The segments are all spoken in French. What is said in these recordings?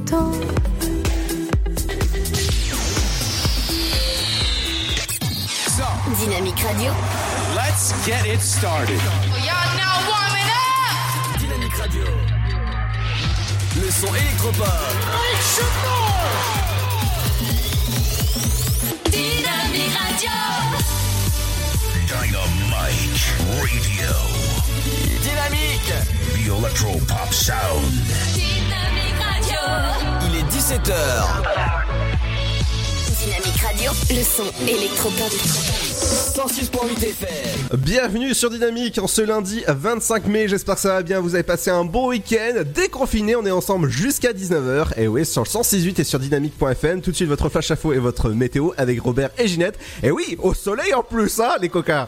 temps. Dynamique Radio. Let's get it started. Y'all now warming up. Dynamique Radio. Le son électropop. Dynamique Radio. Dynamite Radio. Dynamique. The Electropop Sound. Dynamique Radio. Il est 17h. Dynamique Radio, le son électropop. 106.8 FM. Bienvenue sur Dynamique en ce lundi 25 mai, j'espère que ça va bien, vous avez passé un bon week-end, déconfiné, on est ensemble jusqu'à 19h, et oui, sur le 106.8 et sur dynamique.fm, tout de suite votre flash info et votre météo avec Robert et Ginette, et oui, au soleil en plus, hein, les coquins.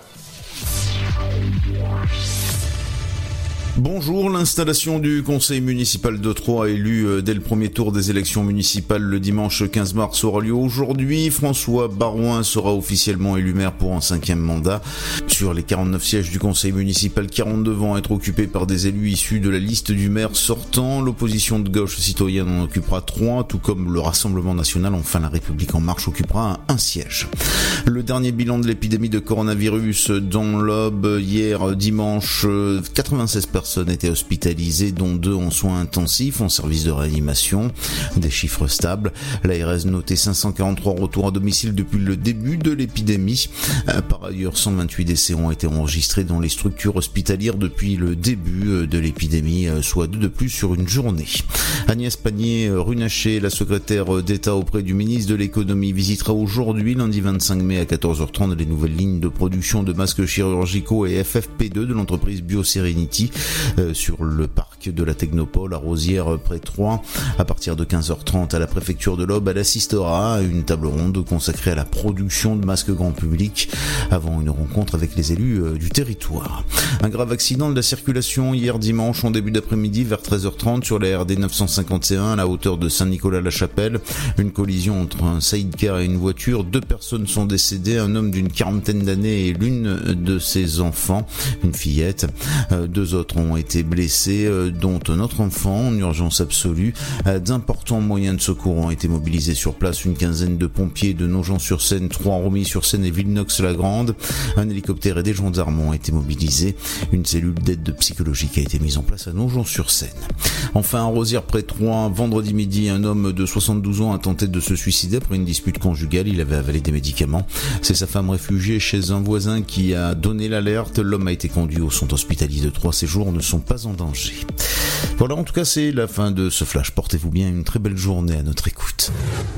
Bonjour, l'installation du conseil municipal de Troyes élu dès le premier tour des élections municipales le dimanche 15 mars aura lieu aujourd'hui. François Barouin sera officiellement élu maire pour un 5e mandat. Sur les 49 sièges du conseil municipal, 42 vont être occupés par des élus issus de la liste du maire sortant. L'opposition de gauche citoyenne en occupera 3, tout comme le Rassemblement national, enfin la République en marche, occupera un siège. Le dernier bilan de l'épidémie de coronavirus dans l'Aube hier dimanche, 96 personnes étaient hospitalisées, dont 2 en soins intensifs, en service de réanimation. Des chiffres stables. L'ARS notait 543 retours à domicile depuis le début de l'épidémie. Par ailleurs, 128 décès ont été enregistrés dans les structures hospitalières depuis le début de l'épidémie, soit 2 de plus sur une journée. Agnès Pannier-Runacher, la secrétaire d'État auprès du ministre de l'économie, visitera aujourd'hui, lundi 25 mai à 14h30, les nouvelles lignes de production de masques chirurgicaux et FFP2 de l'entreprise BioSerenity sur le parc de la Technopole à Rosières près de Troyes. À partir de 15h30 à la préfecture de l'Aube, elle assistera à une table ronde consacrée à la production de masques grand public avant une rencontre avec les élus du territoire. Un grave accident de la circulation hier dimanche en début d'après-midi vers 13h30 sur la RD 951 à la hauteur de Saint-Nicolas-la-Chapelle. Une collision entre un sidecar et une voiture. 2 personnes sont décédées, un homme d'une quarantaine d'années et l'une de ses enfants, une fillette. 2 autres ont été blessés, dont un autre enfant en urgence absolue. D'importants moyens de secours ont été mobilisés sur place, une quinzaine de pompiers de Nogent-sur-Seine, Troyes-Romilly-sur-Seine et Villenox-la-Grande. Un hélicoptère et des gendarmes ont été mobilisés. Une cellule d'aide psychologique a été mise en place à Nogent-sur-Seine. Enfin, à Rosières près de Troyes, vendredi midi, un homme de 72 ans a tenté de se suicider après une dispute conjugale. Il avait avalé des médicaments. C'est sa femme réfugiée chez un voisin qui a donné l'alerte. L'homme a été conduit au centre hospitalier de Troyes. Ses jours ne sont pas en danger. Voilà, en tout cas, c'est la fin de ce flash. Portez-vous bien, une très belle journée à notre écoute.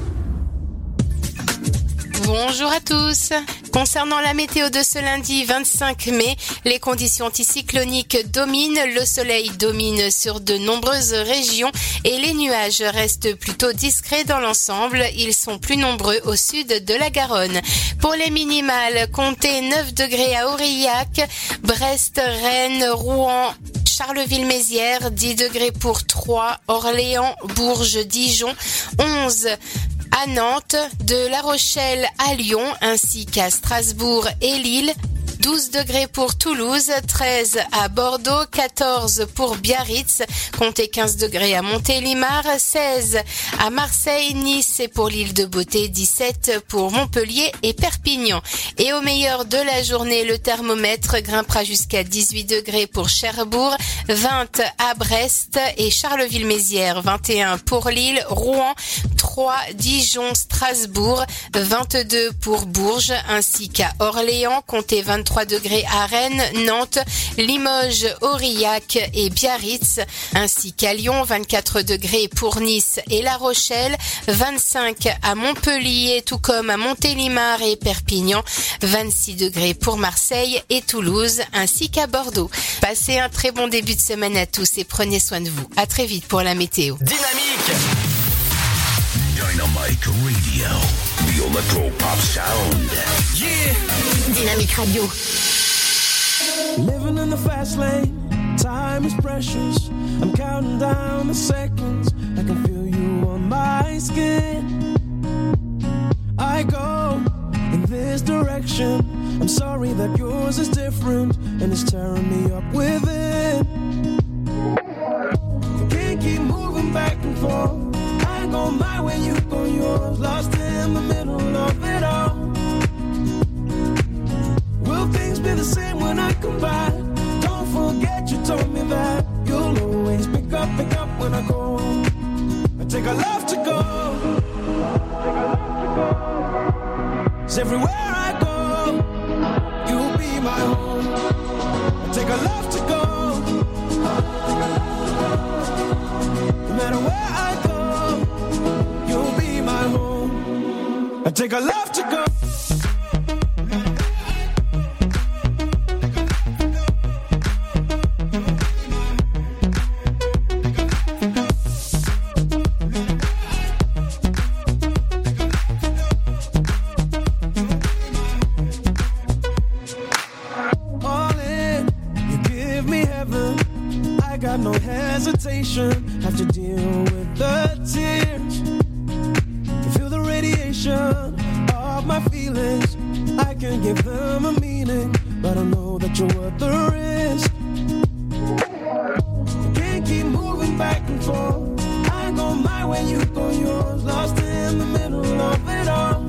Bonjour à tous. Concernant la météo de ce lundi 25 mai, les conditions anticycloniques dominent, le soleil domine sur de nombreuses régions et les nuages restent plutôt discrets dans l'ensemble. Ils sont plus nombreux au sud de la Garonne. Pour les minimales, comptez 9 degrés à Aurillac, Brest, Rennes, Rouen, Charleville-Mézières, 10 degrés pour Troyes, Orléans, Bourges, Dijon, 11 à Nantes, de La Rochelle à Lyon, ainsi qu'à Strasbourg et Lille. 12 degrés pour Toulouse, 13 à Bordeaux, 14 pour Biarritz, comptez 15 degrés à Montélimar, 16 à Marseille, Nice et pour l'île de Beauté, 17 pour Montpellier et Perpignan. Et au meilleur de la journée, le thermomètre grimpera jusqu'à 18 degrés pour Cherbourg, 20 à Brest et Charleville-Mézières, 21 pour Lille, Rouen, Troyes, Dijon, Strasbourg, 22 pour Bourges ainsi qu'à Orléans, comptez 23 degrés à Rennes, Nantes, Limoges, Aurillac et Biarritz, ainsi qu'à Lyon, 24 degrés pour Nice et La Rochelle, 25 à Montpellier, tout comme à Montélimar et Perpignan, 26 degrés pour Marseille et Toulouse, ainsi qu'à Bordeaux. Passez un très bon début de semaine à tous et prenez soin de vous. À très vite pour la météo. Dynamique. Dynamite Radio. The Electropop Sound. Yeah. Dynamique Radio. Living in the fast lane, time is precious. I'm counting down the seconds. I can feel you on my skin. I go in this direction. I'm sorry that yours is different and it's tearing me up within. You can't keep moving back and forth. I go my way, you go yours, lost in the middle of it all. Will things be the same when I come back? Don't forget you told me that you'll always pick up when I go. I take a love to go. Cause everywhere I go, you'll be my home. I take a love to go. No matter where I go, you'll be my home. I take a love to go. Have to deal with the tears. You feel the radiation of my feelings. I can give them a meaning, but I know that you're worth the risk. You can't keep moving back and forth. I go my way, you go yours, lost in the middle of it all.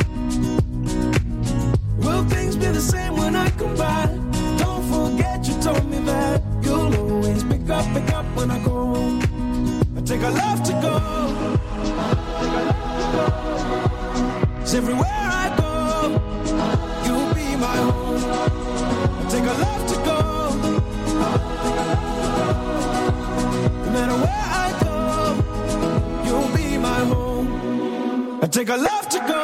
Will things be the same when I come back? Don't forget you told me that you'll always pick up when I go home. I take a love to go. Cause everywhere I go, you'll be my home. I take a love to go. No matter where I go, you'll be my home. I take a love to go.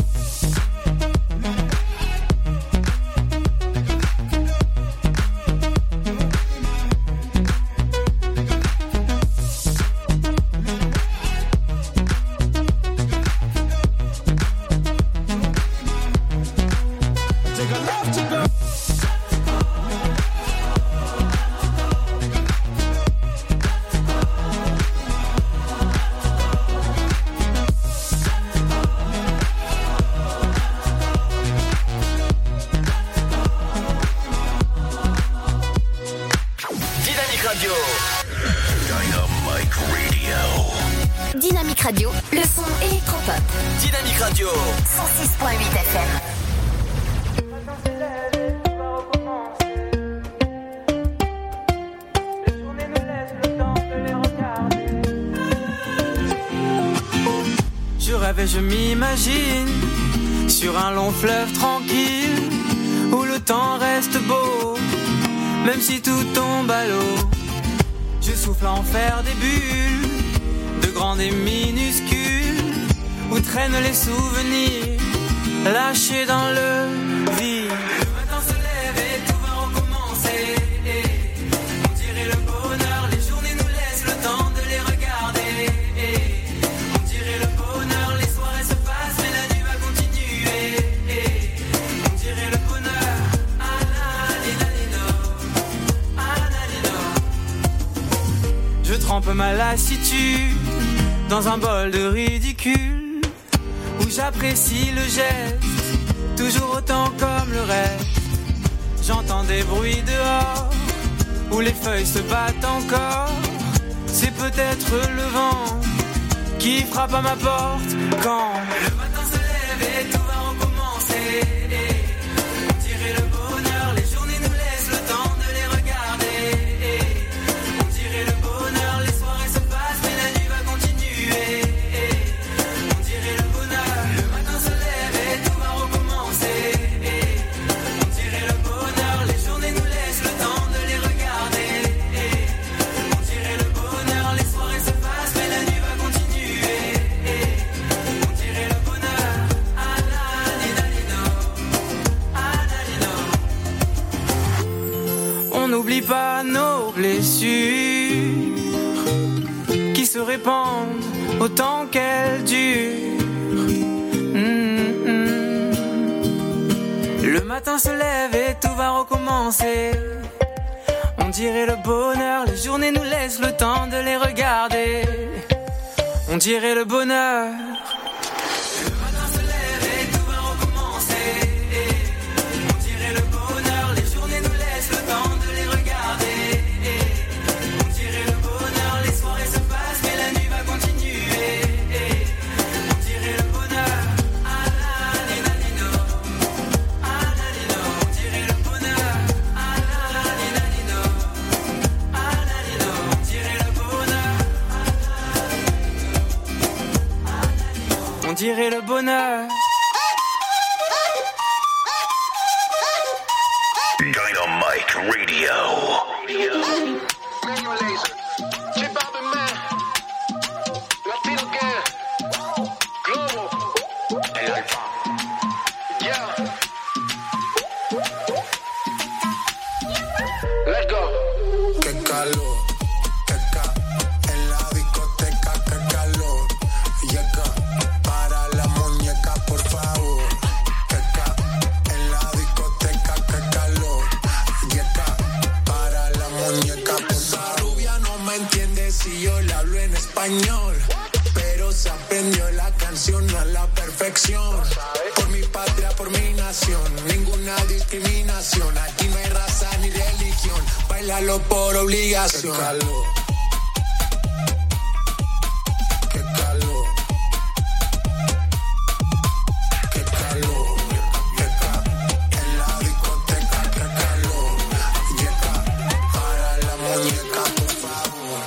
Radio, le son électropop. Dynamique Radio 106.8 FM. Je rêve et je m'imagine sur un long fleuve tranquille où le temps reste beau, même si tout tombe à l'eau. Je souffle à en faire des bulles, de grandes et minuscules, où traînent les souvenirs lâchés dans le vide. Le matin se lève et tout va recommencer. On dirait le bonheur, les journées nous laissent le temps de les regarder. On dirait le bonheur, les soirées se passent mais la nuit va continuer. On dirait le bonheur, je trempe ma lassitude dans un bol de ridicule, où j'apprécie le geste, toujours autant comme le reste. J'entends des bruits dehors, où les feuilles se battent encore. C'est peut-être le vent qui frappe à ma porte quand le matin se lève et tout va recommencer. On dirait le bonheur, les journées nous laissent le temps de les regarder. On dirait le bonheur, les soirées se passent mais la nuit va continuer. On dirait le bonheur, le matin se lève et tout va recommencer. On dirait le bonheur, les journées nous laissent le temps de les regarder. On dirait le bonheur, les soirées se passent mais la nuit va continuer. On dirait le bonheur, on n'oublie pas nos blessures qui se répandent autant qu'elles durent. Le matin se lève et tout va recommencer. On dirait le bonheur, les journées nous laissent le temps de les regarder. On dirait le bonheur. Le matin se lève et tout va recommencer. On dirait le bonheur, les journées nous laissent le temps de les regarder. On dirait le bonheur, les soirées se passent mais la nuit va continuer. dirait le bonheur. Dynamite Radio. Pero se aprendió la canción a la perfección. Por mi patria, por mi nación, ninguna discriminación. Aquí no hay raza ni religión, bailalo por obligación. Qué calor. Qué calor. Qué calor. En la discoteca, qué calor. Llega para la muñeca, por favor.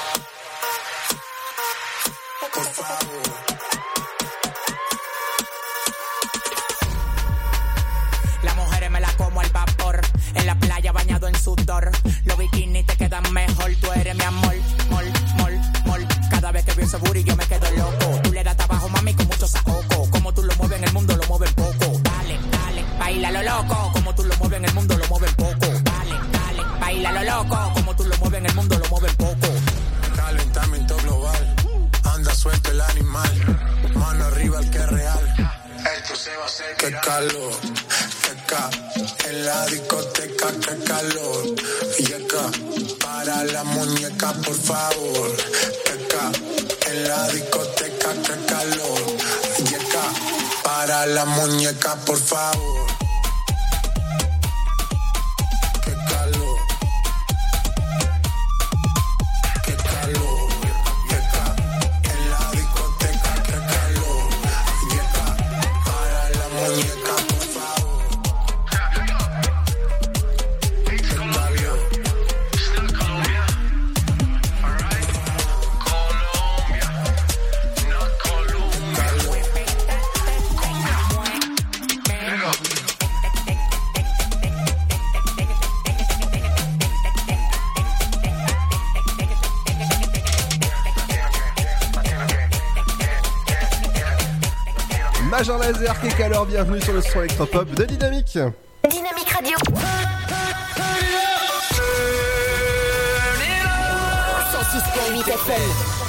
Por favor. Las mujeres me las como al vapor. En la playa bañado en sudor. Los bikinis te quedan mejor. Tú eres mi amor, mol. Cada vez que veo ese booty yo me quedo loco. Tú le das trabajo, mami, con mucho saoco. Como tú lo mueves en el mundo, lo mueves poco. Dale, baila lo loco. Como tú lo mueves en el mundo, lo mueves poco. Dale, baila lo loco. Como tú lo mueves en el mundo, lo mueves poco. Calentamiento global. Anda suelto el animal, mano arriba el que es real. Esto se va a hacer. Qué calor, en la discoteca, qué calor. Y acá, para la muñeca, por favor. En la discoteca, qué calor. Y acá, para la muñeca, por favor. Qué calor. Qué calor. Muñeca, por favor. Colombia. Alright. Colombia. Not Colombia. Major Laser, qui alors bienvenue sur le son électropop de Dynamique. Dynamique Radio. 106.8 FM.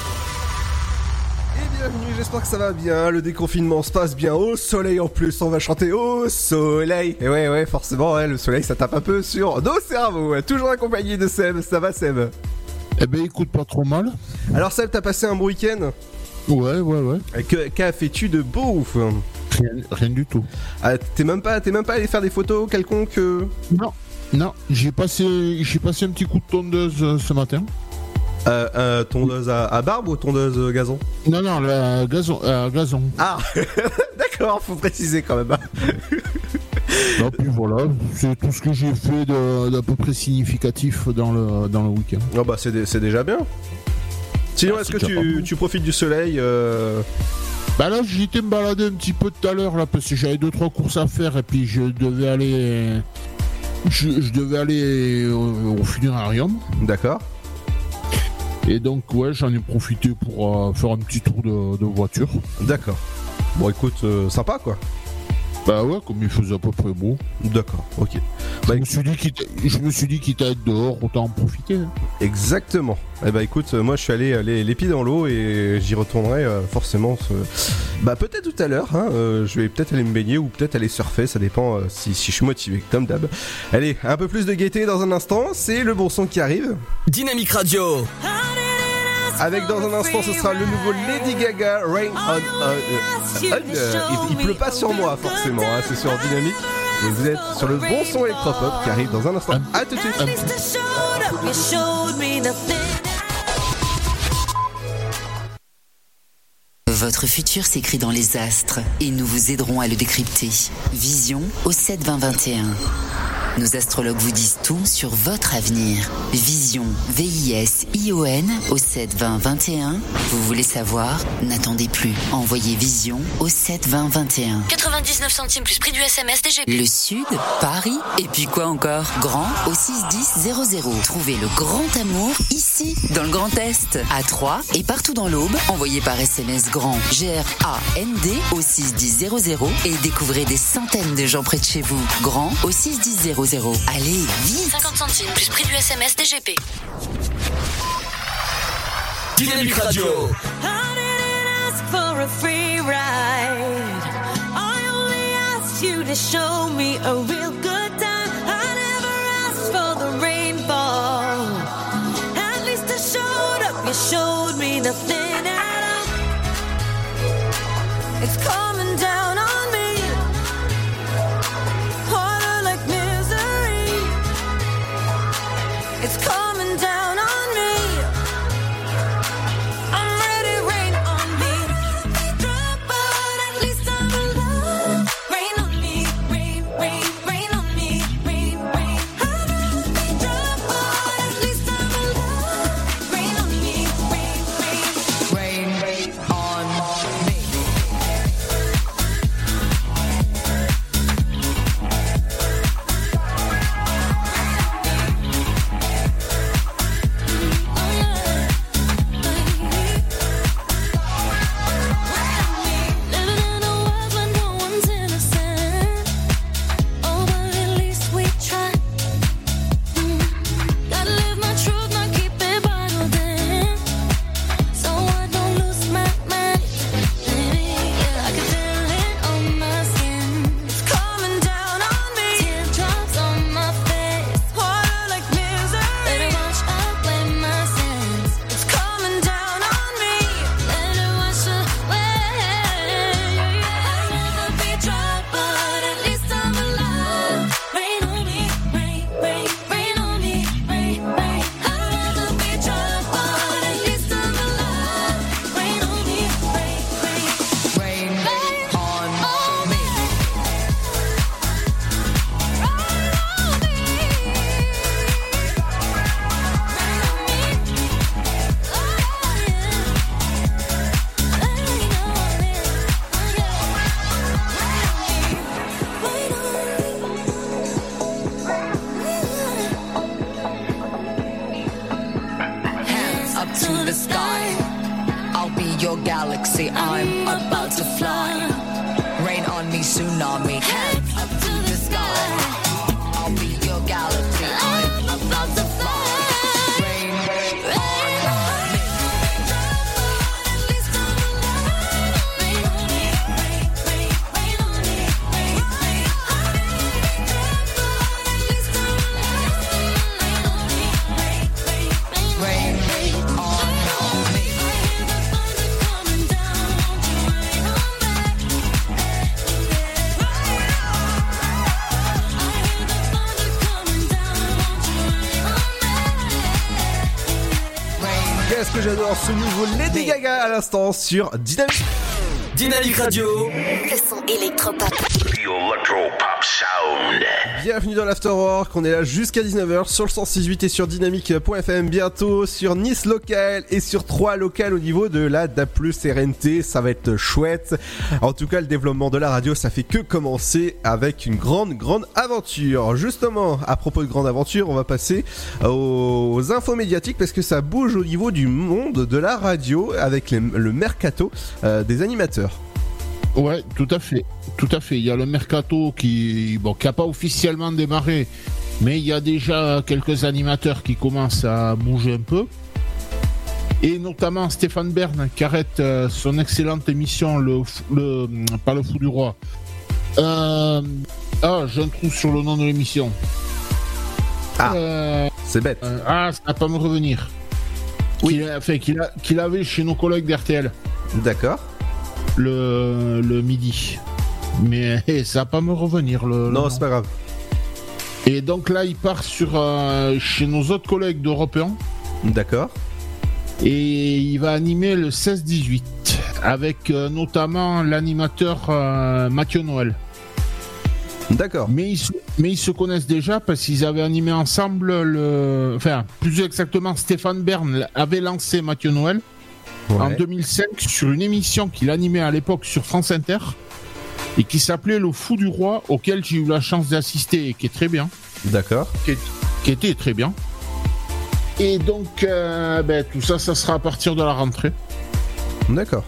Et bienvenue, j'espère que ça va bien, le déconfinement se passe bien, au soleil en plus, on va chanter au soleil. Et ouais, forcément, le soleil ça tape un peu sur nos cerveaux, toujours accompagné de Seb, ça va Seb? Eh ben écoute, pas trop mal. Alors Seb, t'as passé un bon week-end? Ouais. Qu'a fais-tu de beau ouf? Rien du tout. Ah, t'es même pas allé faire des photos quelconques? Non, j'ai passé un petit coup de tondeuse ce matin. Tondeuse à barbe ou tondeuse gazon? Non, gazon. Ah, d'accord, faut préciser quand même. Et puis voilà, c'est tout ce que j'ai fait d'à peu près significatif dans le week-end. Oh bah c'est déjà bien. Sinon, est-ce que tu profites du soleil Bah là, j'étais me balader un petit peu tout à l'heure là parce que j'avais 2-3 courses à faire et puis je devais aller au funérarium. D'accord. Et donc ouais, j'en ai profité pour faire un petit tour de voiture. D'accord. Bon écoute, sympa quoi. Bah ouais, comme il faisait à peu près beau. D'accord, ok. Je me suis dit quitte à être dehors, autant en profiter. Exactement. Eh bah écoute, moi je suis allé les pieds dans l'eau et j'y retournerai forcément. Bah peut-être tout à l'heure, hein, je vais peut-être aller me baigner ou peut-être aller surfer, ça dépend si je suis motivé, comme d'hab. Allez, un peu plus de gaieté dans un instant, c'est le bon son qui arrive. Dynamique Radio. Avec dans un instant, ce sera le nouveau Lady Gaga, Rain on. Il pleut pas sur moi forcément, hein, c'est sur Dynamique. Et vous êtes sur le bon son électropop qui arrive dans un instant. À tout de suite. Votre futur s'écrit dans les astres et nous vous aiderons à le décrypter. Vision au 7 20 21. Nos astrologues vous disent tout sur votre avenir. Vision, V-I-S-I-O-N au 7 20 21. Vous voulez savoir? N'attendez plus. Envoyez Vision au 7 20 21. 99 centimes plus prix du SMS DGP. Le Sud, Paris, et puis quoi encore? Grand au 610 00. Trouvez le grand amour ici, dans le Grand Est, à Troyes et partout dans l'Aube. Envoyez par SMS grand G-R-A-N-D au 610 00 et découvrez des centaines de gens près de chez vous. Grand au 610 00. Allez, vite! 50 centimes plus prix du SMS DGP. Dynamique Radio. I didn't ask for a free ride. I only asked you to show me a real good time. I never asked for the rainfall. At least I showed up. You showed me nothing at all. It's coming down on me. Harder like misery. It's coming down on me. I'm ready, rain on me. Drop, but at least I'm alive. Rain on me, rain, rain, rain on me, rain, rain. I'd rather be drop, but at least I'm alive. Rain on me, rain, rain, rain, rain on me. Living in a world where no one's innocent. Oh, but at least we try. Gotta live my truth, not keep it bottled in. So I don't lose my mind. Yeah, I can feel it on my skin. It's coming down on me. Teardrops on my face. Water like misery. Let it wash away my sins. It's coming down on me. Let it wash away. I'd rather be dry, but at least I'm alive. Rain on me, rain, rain, rain on me, rain, rain. I'd rather be dry, but at least I'm alive. Rain on me, rain, rain, rain, on me. Hands up to the sky. I'll be your galaxy. I'm about to fly. Rain on me, tsunami. Hands up to the sky. I'll be your galaxy. I'm about to fly. Rain on me. Rain on me. Qu'est-ce que j'adore ce nouveau Lady Gaga à l'instant sur Dynamique. Dynamique Radio. Le son électropop. The Electropop Sound. Bienvenue dans l'Afterwork, on est là jusqu'à 19h sur le 106.8 et sur dynamique.fm, bientôt sur Nice local et sur 3 local au niveau de la DAB+, RNT, ça va être chouette. En tout cas, le développement de la radio, ça fait que commencer avec une grande aventure. Justement, à propos de grande aventure, on va passer aux infos médiatiques parce que ça bouge au niveau du monde de la radio avec le mercato des animateurs. Ouais, tout à fait. Il y a le mercato qui a pas officiellement démarré, mais il y a déjà quelques animateurs qui commencent à bouger un peu. Et notamment Stéphane Bern qui arrête son excellente émission pas le Fou du Roi. J'ai un trou sur le nom de l'émission. C'est bête. Ça va pas me revenir. Oui. Qu'il avait chez nos collègues d'RTL. D'accord. Le midi. Mais ça va pas me revenir Non, c'est pas grave. Et donc là, il part chez nos autres collègues d'Europe 1. D'accord. Et il va animer le 16-18 avec notamment l'animateur Mathieu Noël. D'accord. Mais ils se connaissent déjà parce qu'ils avaient animé ensemble enfin, plus exactement, Stéphane Bern avait lancé Mathieu Noël en 2005 sur une émission qu'il animait à l'époque sur France Inter et qui s'appelait Le Fou du Roi, auquel j'ai eu la chance d'assister et qui est très bien. D'accord. Qui était très bien. Et donc, tout ça sera à partir de la rentrée. D'accord.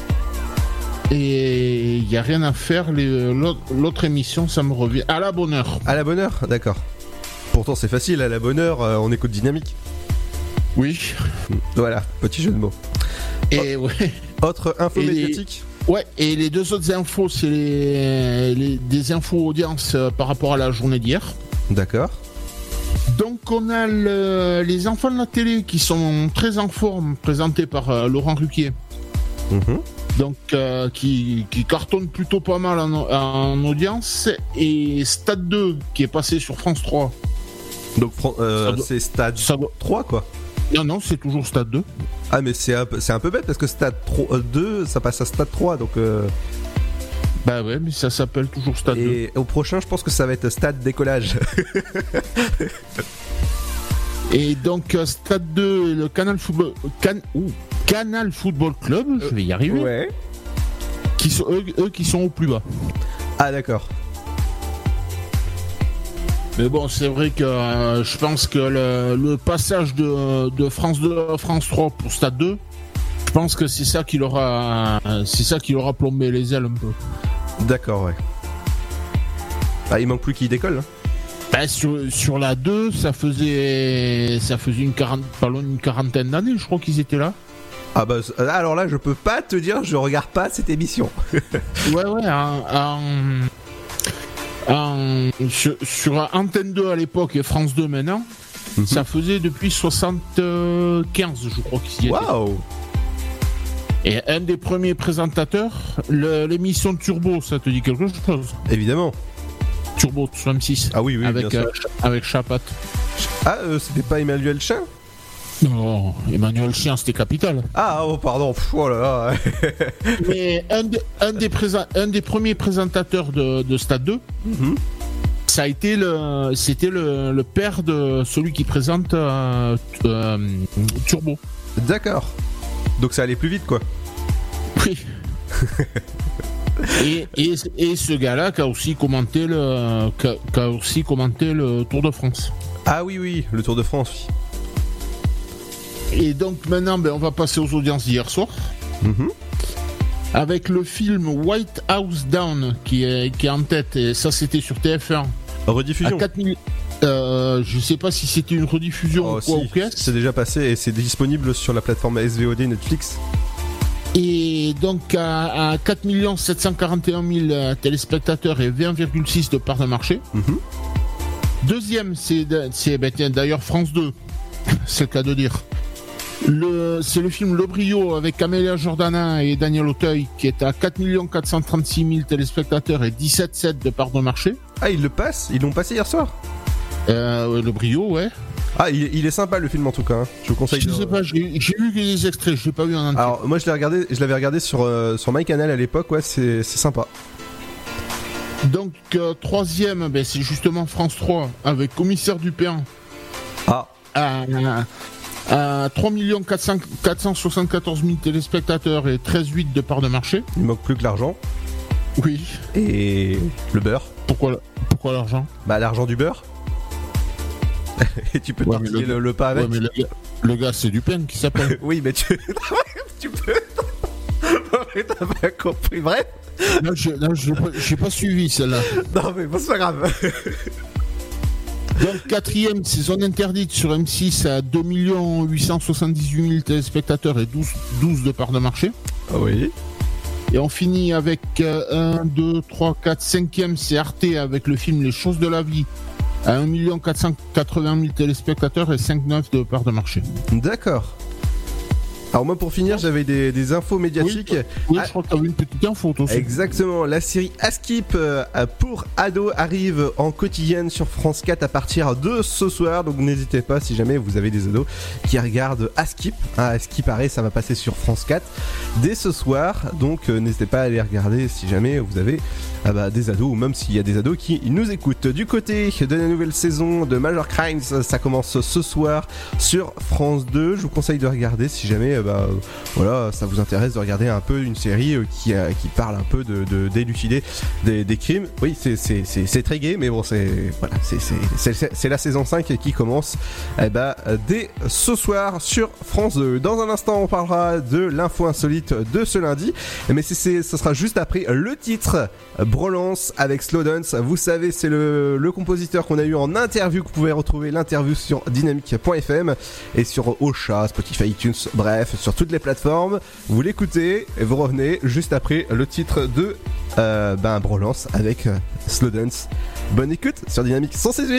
Et il n'y a rien à faire. L'autre émission, ça me revient. À la bonne heure. À la bonne heure, d'accord. Pourtant, c'est facile. À la bonne heure, on écoute Dynamique. Oui. Voilà, petit jeu de mots. Et ouais. Autre info médiatique. Ouais, et les deux autres infos, c'est des infos audience par rapport à la journée d'hier. D'accord. Donc on a les enfants de la télé qui sont très en forme, présentés par Laurent Ruquier. Donc qui cartonne plutôt pas mal en audience. Et Stade 2 qui est passé sur France 3. Donc c'est Stade 3 quoi. Non, c'est toujours Stade 2. Ah mais c'est un peu bête parce que Stade 2 ça passe à Stade 3 donc... Bah ouais, mais ça s'appelle toujours Stade 2. Et au prochain, je pense que ça va être Stade Décollage. Et donc Stade 2 et le Canal Football Club, je vais y arriver. Ouais. Qui sont eux qui sont au plus bas. Ah d'accord. Mais bon, c'est vrai que je pense que le passage de France 2 à France 3 pour Stade 2, je pense que c'est ça qui leur a plombé les ailes un peu. D'accord, ouais. Ah, il manque plus qu'il décolle. Hein. Bah, sur la 2, ça faisait pas loin d'une quarantaine d'années, je crois qu'ils étaient là. Ah bah alors là, je peux pas te dire, je regarde pas cette émission. Ouais, sur Antenne 2 à l'époque et France 2 maintenant, ça faisait depuis 75, je crois qu'ils y étaient. Waouh. Et un des premiers présentateurs, l'émission Turbo, ça te dit quelque chose? Évidemment. Turbo sur M6. Ah oui, avec, bien sûr. Avec Chapat. Ah, c'était pas Emmanuel Chien? Non, Emmanuel Chien, c'était Capital. Ah, oh pardon, oh là là. Mais un des premiers présentateurs de Stade 2, ça a été c'était le père de celui qui présente Turbo. D'accord. Donc ça allait plus vite, quoi. Oui. et ce gars-là qui a aussi commenté le Tour de France. Ah oui, le Tour de France, oui. Et donc maintenant, on va passer aux audiences d'hier soir. Avec le film White House Down qui est en tête, et ça c'était sur TF1. Rediffusion. À 4000. Je sais pas si c'était une rediffusion ou quoi ou qu'est-ce. C'est déjà passé et c'est disponible sur la plateforme SVOD Netflix. Et donc à 4 741 000 téléspectateurs et 20,6 de part de marché. Deuxième, c'est d'ailleurs France 2, c'est le cas de dire. C'est le film Le Brio avec Camélia Jordana et Daniel Auteuil qui est à 4 436 000 téléspectateurs et 17,7 de part de marché. Ah, ils l'ont passé hier soir. Le Brio, ouais. Ah, il est sympa le film en tout cas. Hein. Je vous conseille. Je sais pas, j'ai vu des extraits, je l'ai pas vu en entier. Alors moi je l'avais regardé sur MyCanal à l'époque, ouais, c'est sympa. Donc troisième, c'est justement France 3 avec Commissaire Dupin. Ah. À 3 474 000 téléspectateurs et 13,8 de part de marché. Il manque plus que l'argent. Oui. Et le beurre. Pourquoi l'argent? Bah l'argent du beurre. Et tu peux tortiller le pain avec. Ouais, mais le gars c'est Dupin qui s'appelle. Oui, mais tu peux. T'as pas compris, bref. Non, j'ai pas suivi celle-là. Non, mais bon, c'est pas grave. Donc quatrième, c'est Zone Interdite sur M6 à 2 878 000 téléspectateurs et 12 de part de marché. Ah oui. Et on finit avec 1, 2, 3, 4, 5e, c'est Arte avec le film Les Choses de la Vie à 1 480 000 téléspectateurs et 5,9 de part de marché. D'accord. Alors moi pour finir j'avais des infos médiatiques. Oui, je crois que t'avais une petite info toi aussi. Exactement, la série Askip pour ados arrive en quotidienne sur France 4 à partir de ce soir, donc n'hésitez pas si jamais vous avez des ados qui regardent Askip, Askip pareil ça va passer sur France 4 dès ce soir, donc n'hésitez pas à aller regarder si jamais vous avez des ados ou même s'il y a des ados qui nous écoutent. Du côté de la nouvelle saison de Major Crimes, ça commence ce soir sur France 2, je vous conseille de regarder si jamais voilà, ça vous intéresse de regarder un peu une série qui parle un peu d'élucider des crimes. Oui, c'est très gay, mais bon, c'est la saison 5 qui commence dès ce soir sur France 2. Dans un instant, on parlera de l'info insolite de ce lundi, mais ce sera juste après le titre Brolance avec Slow Dance. Vous savez, c'est le compositeur qu'on a eu en interview, que vous pouvez retrouver l'interview sur dynamique.fm et sur Ocha, Spotify, iTunes, bref, sur toutes les plateformes. Vous l'écoutez et vous revenez juste après le titre de Brolance avec Slow Dance. Bonne écoute sur Dynamique 168.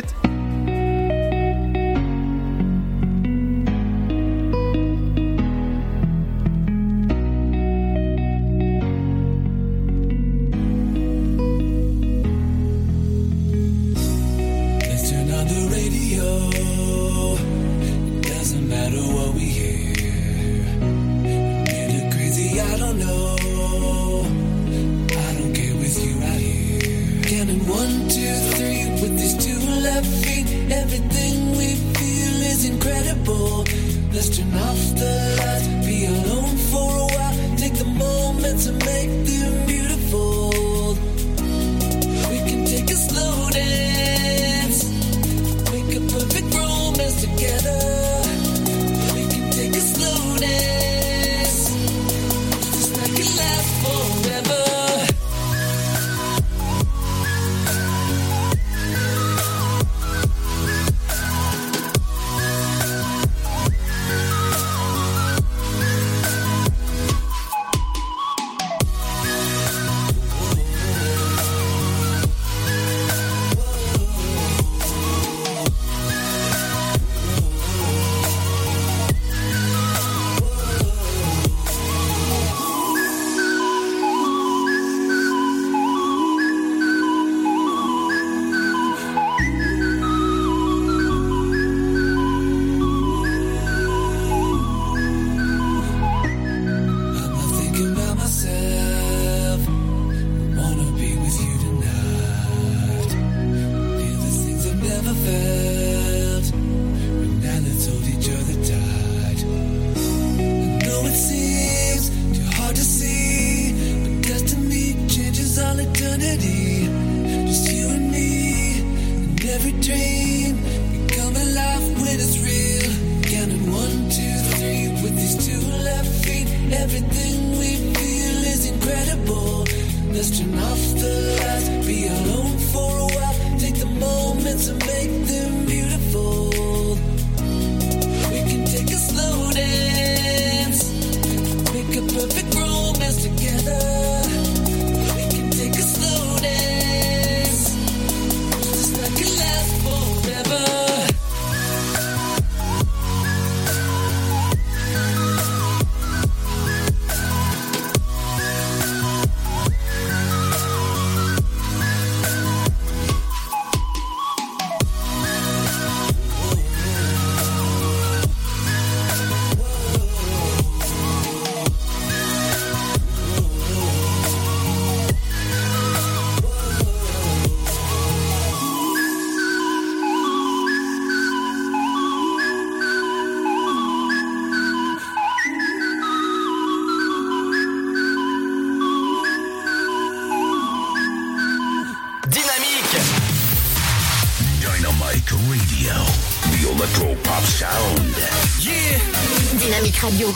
Dynamique Radio.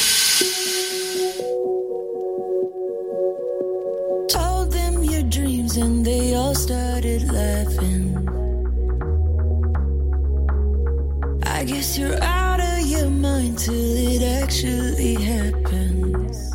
Told them your dreams and they all started laughing. I guess you're out of your mind till it actually happens.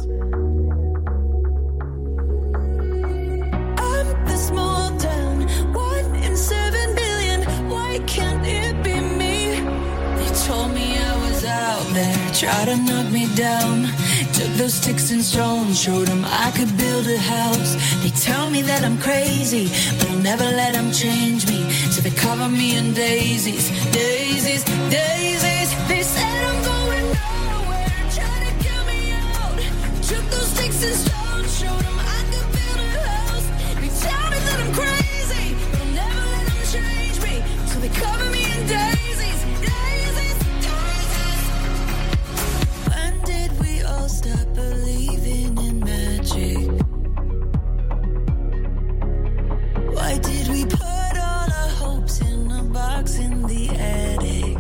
I'm the small town, 1 in 7 billion. Why can't it be me? They told me I was out there tried to knock me down. Took those sticks and stones, showed them I could build a house. They tell me that I'm crazy, but I'll never let them change me. So they cover me in daisies, daisies, daisies. They said I'm going nowhere, trying to get me out. Took those sticks and stones, showed them I could build a house. They tell me that I'm crazy, but I'll never let them change me. So they cover me in daisies, daisies, daisies. When did we all stop believing in magic? Why did we put all our hopes in a box in the attic?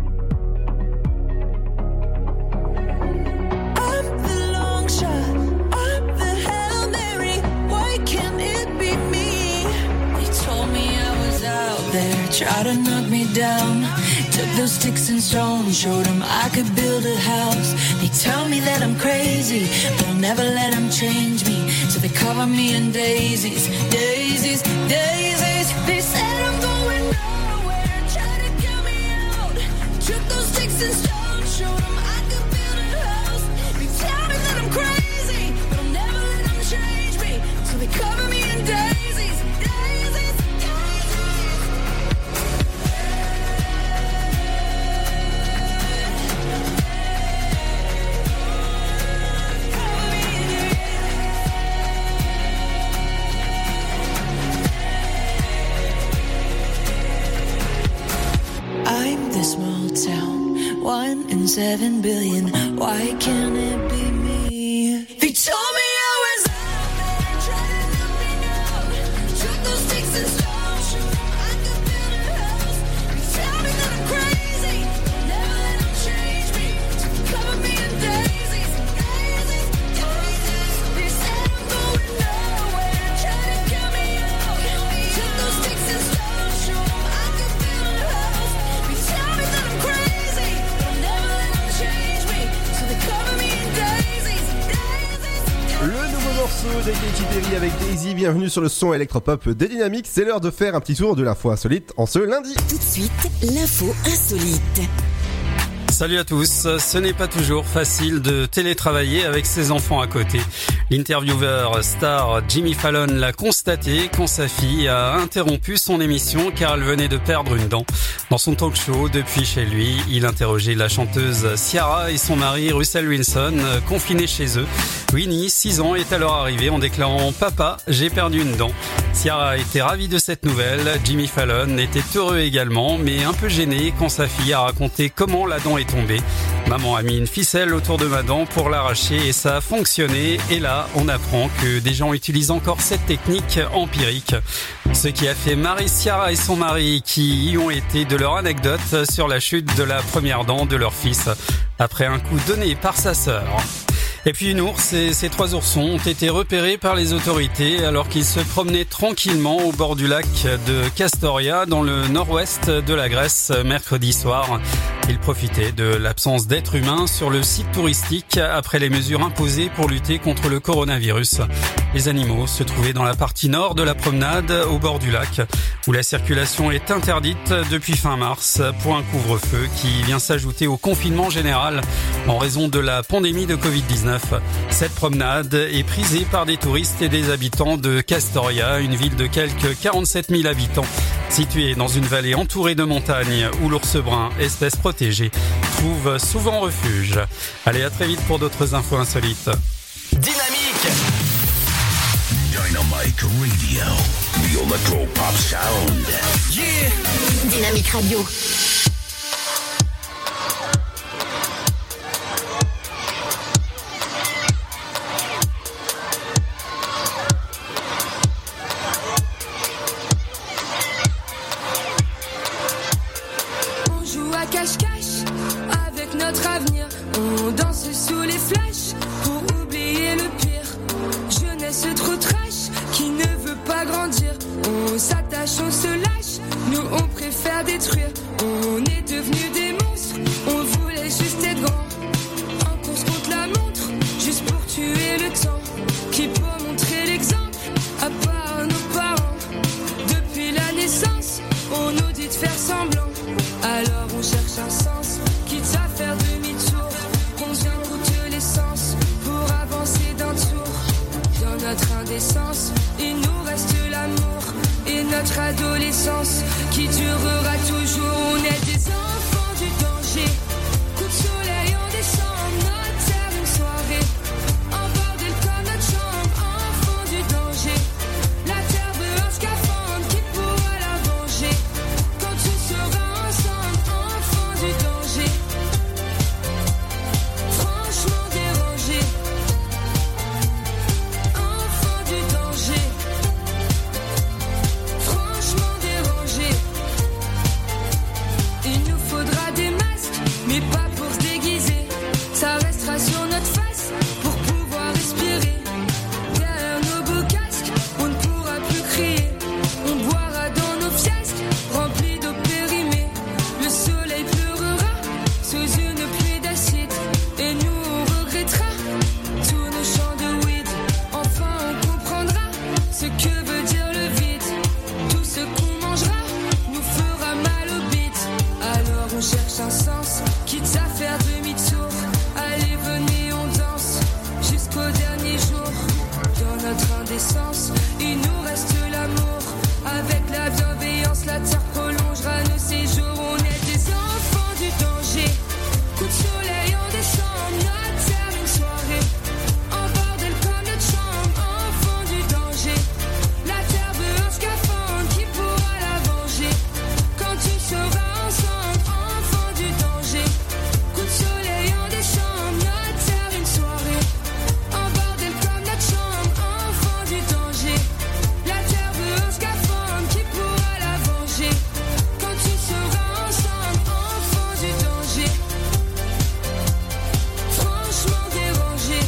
I'm the long shot, I'm the Hail Mary. Why can't it be me? They told me I was out there, tried to knock me down. Took those sticks and stones, showed them I could build a house. They tell me that I'm crazy, but I'll never let them change me. So they cover me in daisies, daisies, daisies. They said I'm going nowhere, trying to get me out. Took those sticks and stones, showed them I could build a house. They tell me that I'm crazy, but I'll never let them change me. So they cover me in daisies, daisies, I'm the small town, 1 in 7 billion. Why can't it be me? They told me I was out there, trying to knock me down. Took those sticks and stones, showed them I could build a house. They tell me that I'm crazy, never let them change me. So they cover me in daisies, daisies, daisies. They said I'm going nowhere, trying to get me out. Took those sticks and stones, showed them I could build a house. They tell me that I'm crazy, but I'll never let them change me. So they cover me in daisies, daisies. Le nouveau morceau de Katy Perry avec Daisy, bienvenue sur le son électropop des Dynamiques. C'est l'heure de faire un petit tour de l'info insolite en ce lundi. Tout de suite, l'info insolite. Salut à tous, ce n'est pas toujours facile de télétravailler avec ses enfants à côté. L'intervieweur star Jimmy Fallon l'a constaté quand sa fille a interrompu son émission car elle venait de perdre une dent. Dans son talk show, depuis chez lui, il interrogeait la chanteuse Ciara et son mari Russell Wilson, confinés chez eux. Winnie, 6 ans, est alors arrivée en déclarant « Papa, j'ai perdu une dent ». Ciara était ravie de cette nouvelle, Jimmy Fallon était heureux également, mais un peu gêné quand sa fille a raconté comment la dent est tombée. Maman a mis une ficelle autour de ma dent pour l'arracher et ça a fonctionné. Et là, on apprend que des gens utilisent encore cette technique empirique. Ce qui a fait marrer Ciara et son mari qui y ont été de leur anecdote sur la chute de la première dent de leur fils après un coup donné par sa sœur. Et puis une ours et ses 3 oursons ont été repérés par les autorités alors qu'ils se promenaient tranquillement au bord du lac de Castoria dans le nord-ouest de la Grèce mercredi soir. Ils profitaient de l'absence d'êtres humains sur le site touristique après les mesures imposées pour lutter contre le coronavirus. Les animaux se trouvaient dans la partie nord de la promenade au bord du lac où la circulation est interdite depuis fin mars pour un couvre-feu qui vient s'ajouter au confinement général en raison de la pandémie de Covid-19. Cette promenade est prisée par des touristes et des habitants de Castoria, une ville de quelques 47 000 habitants, située dans une vallée entourée de montagnes où l'ours brun, espèce protégée, trouve souvent refuge. Allez, à très vite pour d'autres infos insolites. Dynamique Dynamic Radio, the electro-pop sound. Yeah Dynamique Radio. Cache-cache avec notre avenir. On danse sous les flashs pour oublier le pire. Jeunesse trop trash qui ne veut pas grandir. On s'attache, on se lâche. Nous on préfère détruire. On l'essence, il nous reste l'amour et notre adolescence qui durera toujours. On est des enfants du danger. Coup de soleil en décembre, notre terre une soirée. En bordel comme notre chambre, enfants du danger. La terre veut un scaphandre qui pourra la venger. Quand tu seras ensemble, enfants du danger. Franchement dérangé. Enfants du danger. Franchement dérangé. Il nous faudra des masques, mais pas pour se déguiser. Ça restera sur notre face pour pouvoir respirer. Derrière nos beaux casques, on ne pourra plus crier. On boira dans nos fiasques, remplis d'eau périmée. Le soleil pleurera sous une pluie d'acide. Et nous on regrettera tous nos champs de weed. Enfin on comprendra ce que veut dire le vide. Tout ce qu'on mangera nous fera mal au bide. Alors on cherche un sens, quitte à faire demi-tour. Allez venez on danse jusqu'au dernier jour. Dans notre indécence, il nous reste l'amour. Avec la bienveillance, la terre prolongera nos séjours. On est des enfants du danger. Coup de soleil en décembre, notre terre une soirée. En bordel comme notre chambre, enfants du danger. La terre veut un scaphandre qui pourra la venger. Quand tu seras ensemble, enfants du danger. Coup de soleil en décembre, notre terre une soirée. En bordel comme notre chambre, enfants du danger. La terre veut un scaphandre qui pourra la venger. Quand tu seras ensemble, enfants du danger. Franchement dérangé.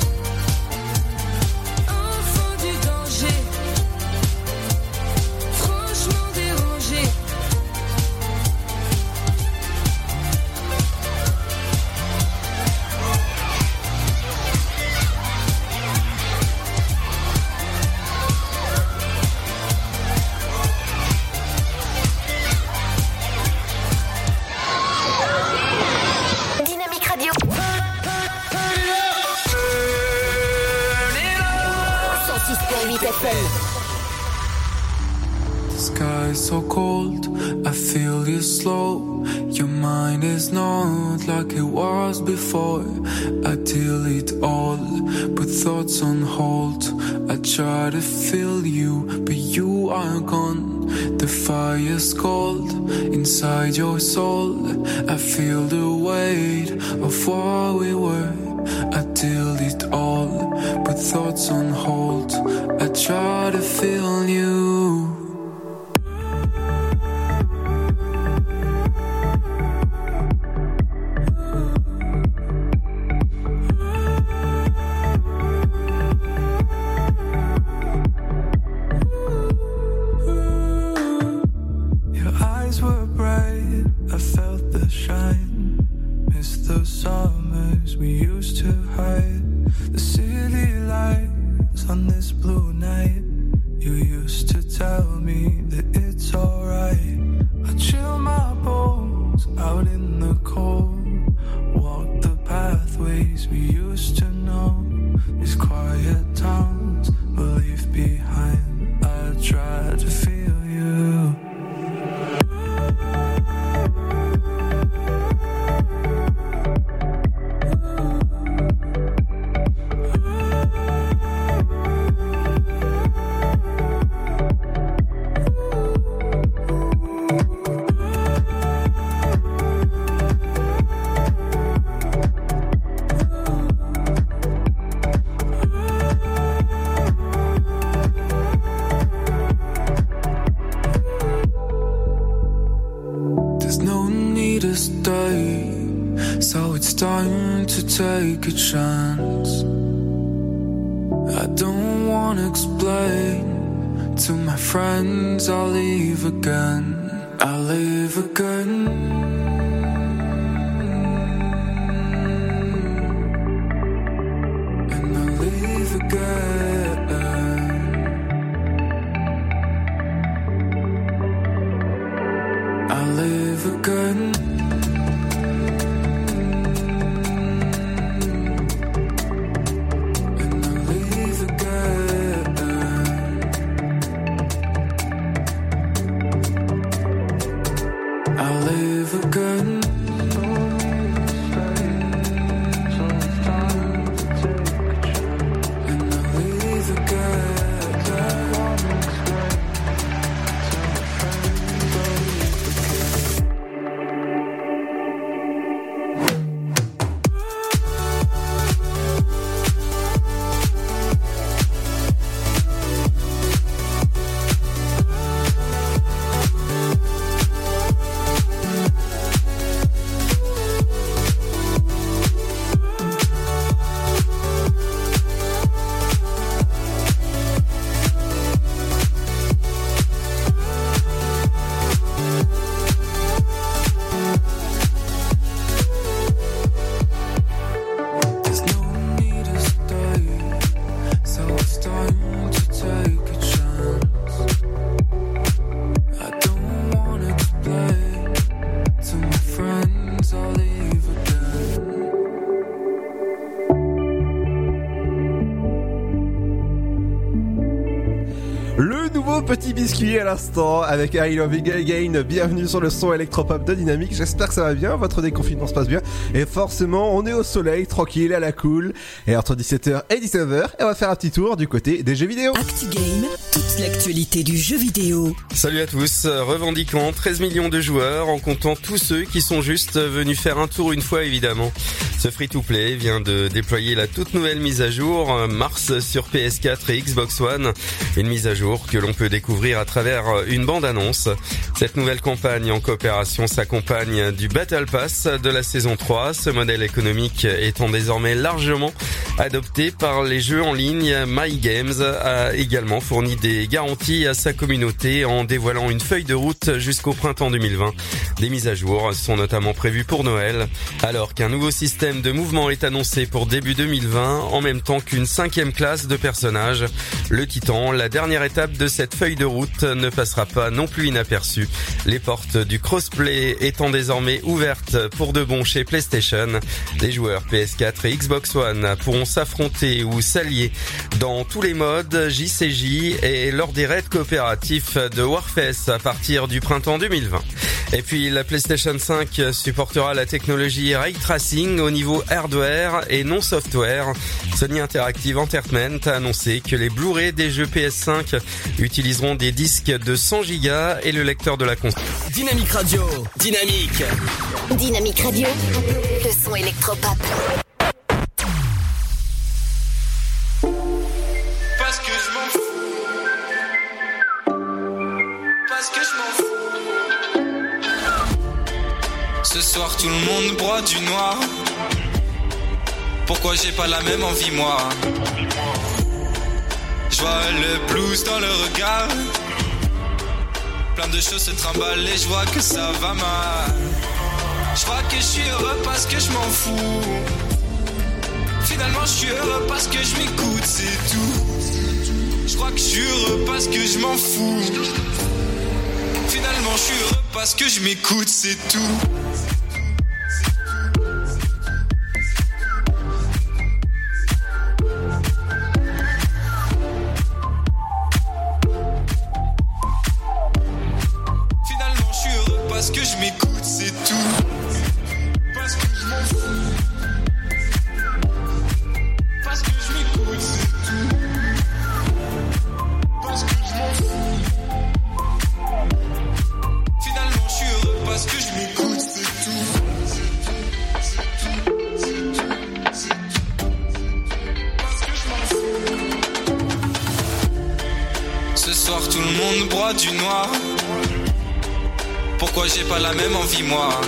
Enfants du danger. Franchement dérangé. Dynamique Radio. 106.8 FM. The sky is so cold, I feel you slow. Your mind is not like it was before. I delete all, put thoughts on hold. I try to feel you, but you are gone. The fire's cold inside your soul. I feel the weight of what we were. I delete all, put thoughts on hold. I try to feel you. Your eyes were bright, I felt the shine. Missed the summers we used to hide. The city lights on this blue night. You used to tell me that it's alright. I chill my bones out in the cold. Walk the pathways we used to know. These quiet towns we'll leave behind. I try to feel you. There's no need to stay, so it's time to take a chance. I don't wanna explain to my friends. I'll leave again. I'll leave again. And I'll leave again. I'll live again. And I'll leave again. Le nouveau petit biscuit à l'instant avec I Love You Again. Bienvenue sur le son électropop de Dynamique. J'espère que ça va bien, votre déconfinement se passe bien. Et forcément, on est au soleil, tranquille, à la cool. Et entre 17h et 19h, on va faire un petit tour du côté des jeux vidéo. ActuGame, toute l'actualité du jeu vidéo. Salut à tous, revendiquant 13 millions de joueurs en comptant tous ceux qui sont juste venus faire un tour une fois évidemment. Ce free-to-play vient de déployer la toute nouvelle mise à jour Mars sur PS4 et Xbox One. Une mise à jour que l'on peut découvrir à travers une bande-annonce. Cette nouvelle campagne en coopération s'accompagne du Battle Pass de la saison 3. Ce modèle économique étant désormais largement adopté par les jeux en ligne. MyGames a également fourni des garanties à sa communauté en dévoilant une feuille de route jusqu'au printemps 2020. Des mises à jour sont notamment prévues pour Noël, alors qu'un nouveau système de mouvement est annoncé pour début 2020, en même temps qu'une 5e classe de personnages. Le Titan, la dernière étape de cette feuille de route, ne passera pas non plus inaperçue. Les portes du crossplay étant désormais ouvertes pour de bon chez PlayStation, les joueurs PS4 et Xbox One pourront s'affronter ou s'allier dans tous les modes JCJ et lors des raids coopératifs de Warfest à partir du printemps 2020. Et puis la PlayStation 5 supportera la technologie Ray Tracing au niveau hardware et non software. Sony Interactive Entertainment a annoncé que les Blu-ray des jeux PS5 utiliseront des disques de 100 Go et le lecteur de la console. Dynamique Radio, Dynamique. Dynamique Radio, le son électropop. Parce que je m'en fous. Parce que je m'en fous. Ce soir tout le monde broie du noir. Pourquoi j'ai pas la même envie moi? Je vois le blues dans le regard. Plein de choses se trimballent et je vois que ça va mal. Je crois que je suis heureux parce que je m'en fous. Finalement je suis heureux parce que je m'écoute, c'est tout. Je crois que je suis heureux parce que je m'en fous. Finalement je suis heureux parce que je m'écoute, c'est tout. Finalement je suis heureux parce que je m'écoute, c'est tout. Parce que je m'en fous. Parce que je m'écoute, c'est tout. Parce que je m'en fous. Finalement je suis heureux parce que je m'écoute, c'est tout. Parce que je m'en fous. Ce soir tout le monde broie du noir. Pourquoi j'ai pas la même envie moi?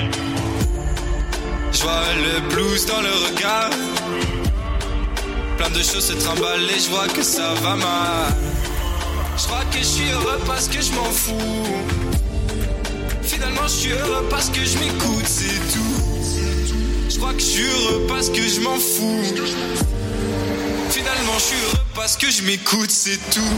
Je vois le blues dans le regard. Plein de choses se trimballent et je vois que ça va mal. Je crois que je suis heureux parce que je m'en fous. Finalement je suis heureux parce que je m'écoute, c'est tout. Je crois que je suis heureux parce que je m'en fous. Finalement je suis heureux parce que je m'écoute, c'est tout.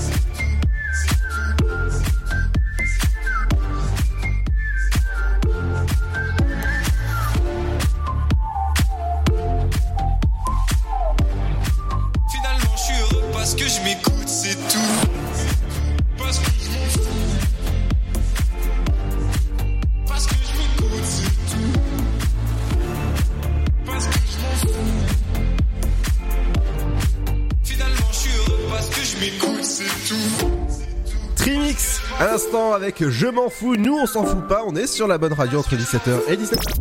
Finalement je suis heureux parce que je m'écoute, c'est tout. Parce que je m'en fous. Parce que je m'écoute, c'est tout. Parce que je m'en fous. Finalement je suis heureux parce que je m'écoute, c'est tout. Trimix à l'instant avec Je m'en fous. Nous on s'en fout pas, on est sur la bonne radio entre 17h et 19h.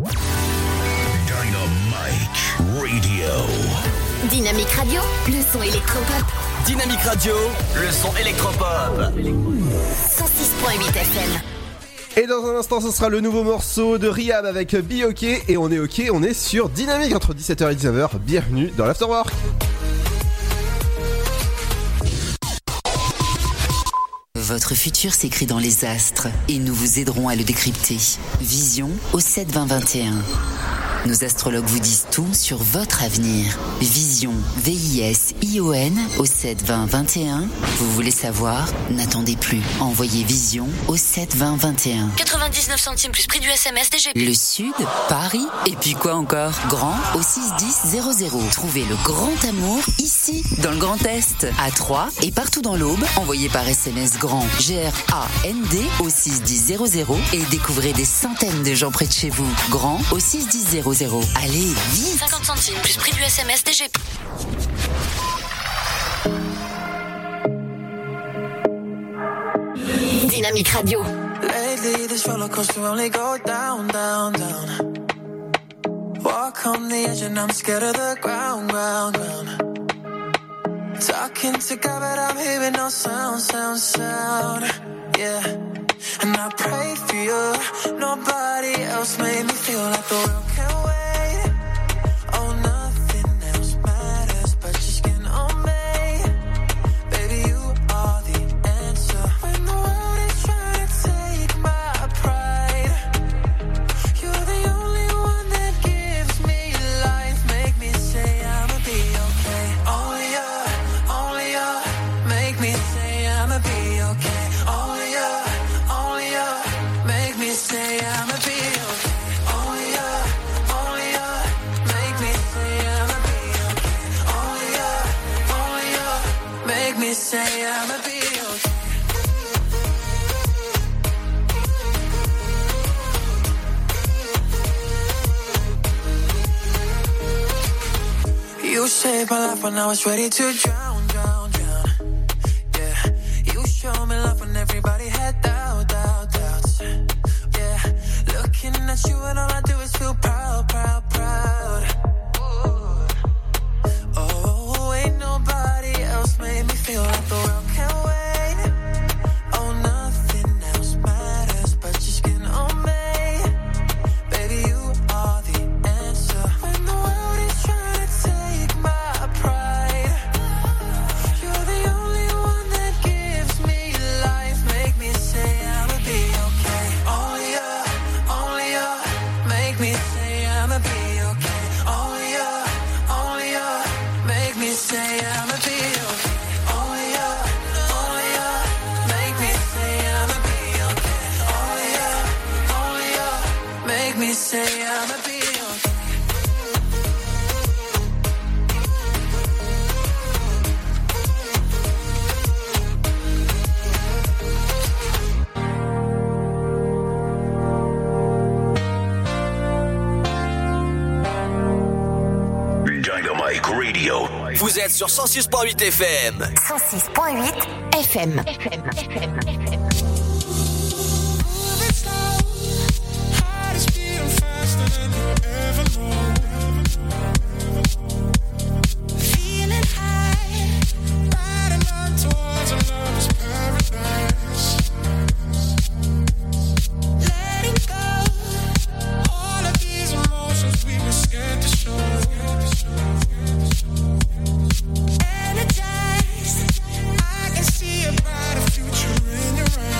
Radio. Dynamique Radio, le son électropop. Dynamique Radio, le son électropop. 106.8 FM. Et dans un instant ce sera le nouveau morceau de Rihab avec Be OK. Et on est OK, on est sur Dynamique entre 17h et 19h. Bienvenue dans l'Afterwork. Votre futur s'écrit dans les astres et nous vous aiderons à le décrypter. Vision au 7-20-21. Nos astrologues vous disent tout sur votre avenir. Vision, V-I-S-I-O-N au 7-20-21. Vous voulez savoir? N'attendez plus. Envoyez Vision au 7-20-21. 99 centimes plus prix du SMS DGP. Le Sud, Paris, et puis quoi encore? Grand au 61000. Trouvez le grand amour ici. ici, dans le Grand Est, à Troyes et partout dans l'Aube. Envoyez par SMS GRAND, GRAND au 61000 et découvrez des centaines de gens près de chez vous. GRAND au 61000. Allez, vite! 50 centimes plus prix du SMS DG. Dynamique Radio. Lately, this roller coaster only go down, down, down. Walk on the edge and I'm scared of the ground, ground, ground. Talking to God, but I'm hearing no sound, sound, sound. Yeah. And I pray for you. Nobody else made me feel like the world can wait. Oh, nothing else matters but your skin on me. Baby, you are the answer. When the world is trying to take my pride, you're the only one that gives me life. Make me say I'ma be okay. Only you make me say I'ma be okay. Only you make me say I'ma be okay. Only you make me say I'ma be okay. Only you make me say I'ma be okay. You saved my life when I was ready to drown, drown, drown. Yeah, you showed me love when everybody had doubts. Yeah, looking at you and all I do is feel proud, proud, proud. Oh, ain't nobody else made me feel like the world can wait. Oh, nothing else matters but your skin on me. Baby, you are the answer. When the world is trying to take my pride, you're the only one that gives me life. Make me say I'ma be okay. Only you make me say I'ma be okay. Only you make me say I'ma be okay. Only you make me say I'ma be okay. Only you make me say I'ma be okay. Dynamic Radio. Vous êtes sur 106.8 FM. 106.8 FM. Heart is beating faster than you ever know. Feeling high, riding on towards a lover's paradise. Letting go all of these emotions we were scared to show. Energized, I can see a brighter future in your eyes.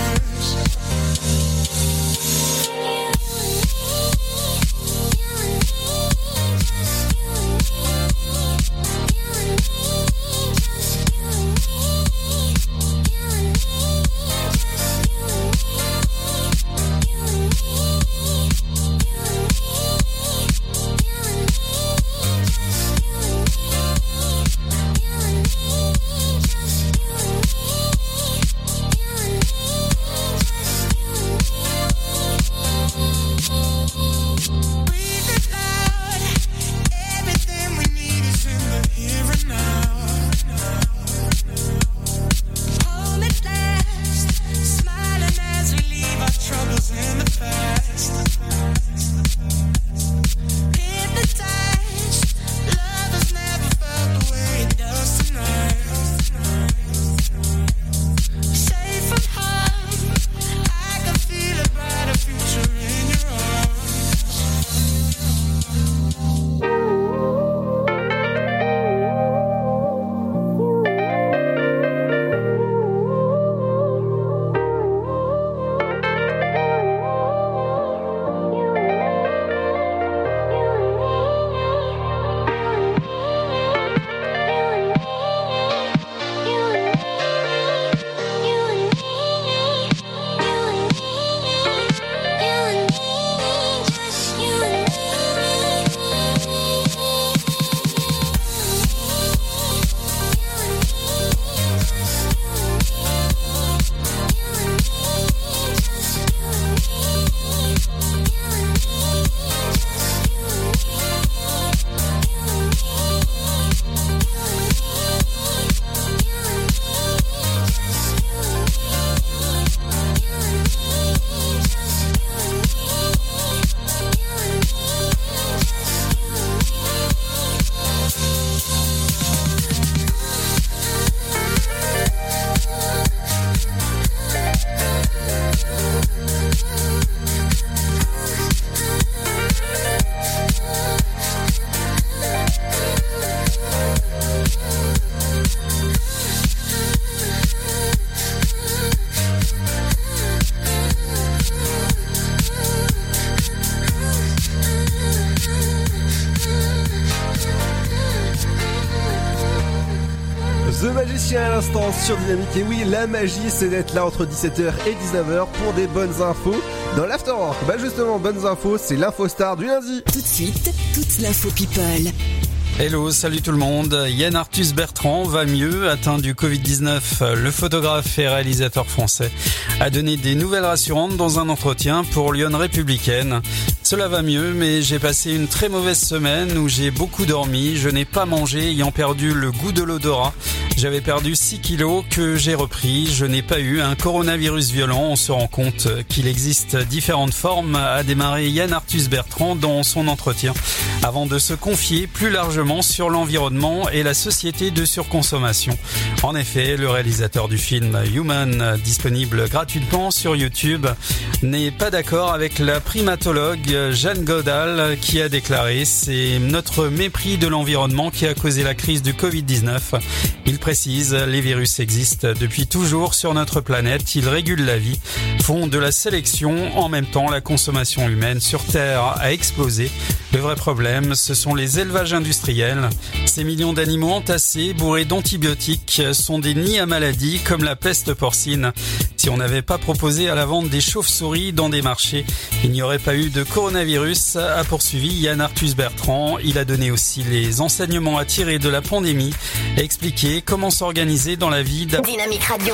The Magicien à l'instant sur Dynamique. Et oui, la magie, c'est d'être là entre 17h et 19h pour des bonnes infos dans l'Afterwork. Bah justement, bonnes infos, c'est l'info star du lundi. Tout de suite, toute l'info people. Hello, salut tout le monde. Yann Arthus Bertrand va mieux, atteint du Covid-19. Le photographe et réalisateur français a donné des nouvelles rassurantes dans un entretien pour Lyon Républicaine. Cela va mieux, mais j'ai passé une très mauvaise semaine où j'ai beaucoup dormi. Je n'ai pas mangé, ayant perdu le goût de l'odorat. J'avais perdu 6 kilos que j'ai repris. Je n'ai pas eu un coronavirus violent. On se rend compte qu'il existe différentes formes, a démarré Yann Arthus Bertrand dans son entretien, avant de se confier plus largement sur l'environnement et la société de surconsommation. En effet, le réalisateur du film Human, disponible gratuitement sur YouTube, n'est pas d'accord avec la primatologue Jeanne Godal qui a déclaré « C'est notre mépris de l'environnement qui a causé la crise du Covid-19 ». Il précise « Les virus existent depuis toujours sur notre planète, ils régulent la vie, font de la sélection. En même temps, la consommation humaine sur Terre a explosé. Le vrai problème, ce sont les élevages industriels. Ces millions d'animaux entassés, bourrés d'antibiotiques, sont des nids à maladies comme la peste porcine. Si on n'avait pas proposé à la vente des chauves-souris dans des marchés, il n'y aurait pas eu de coronavirus, a poursuivi Yann Arthus Bertrand. Il a donné aussi les enseignements à tirer de la pandémie et expliqué comment s'organiser dans la vie Dynamique Radio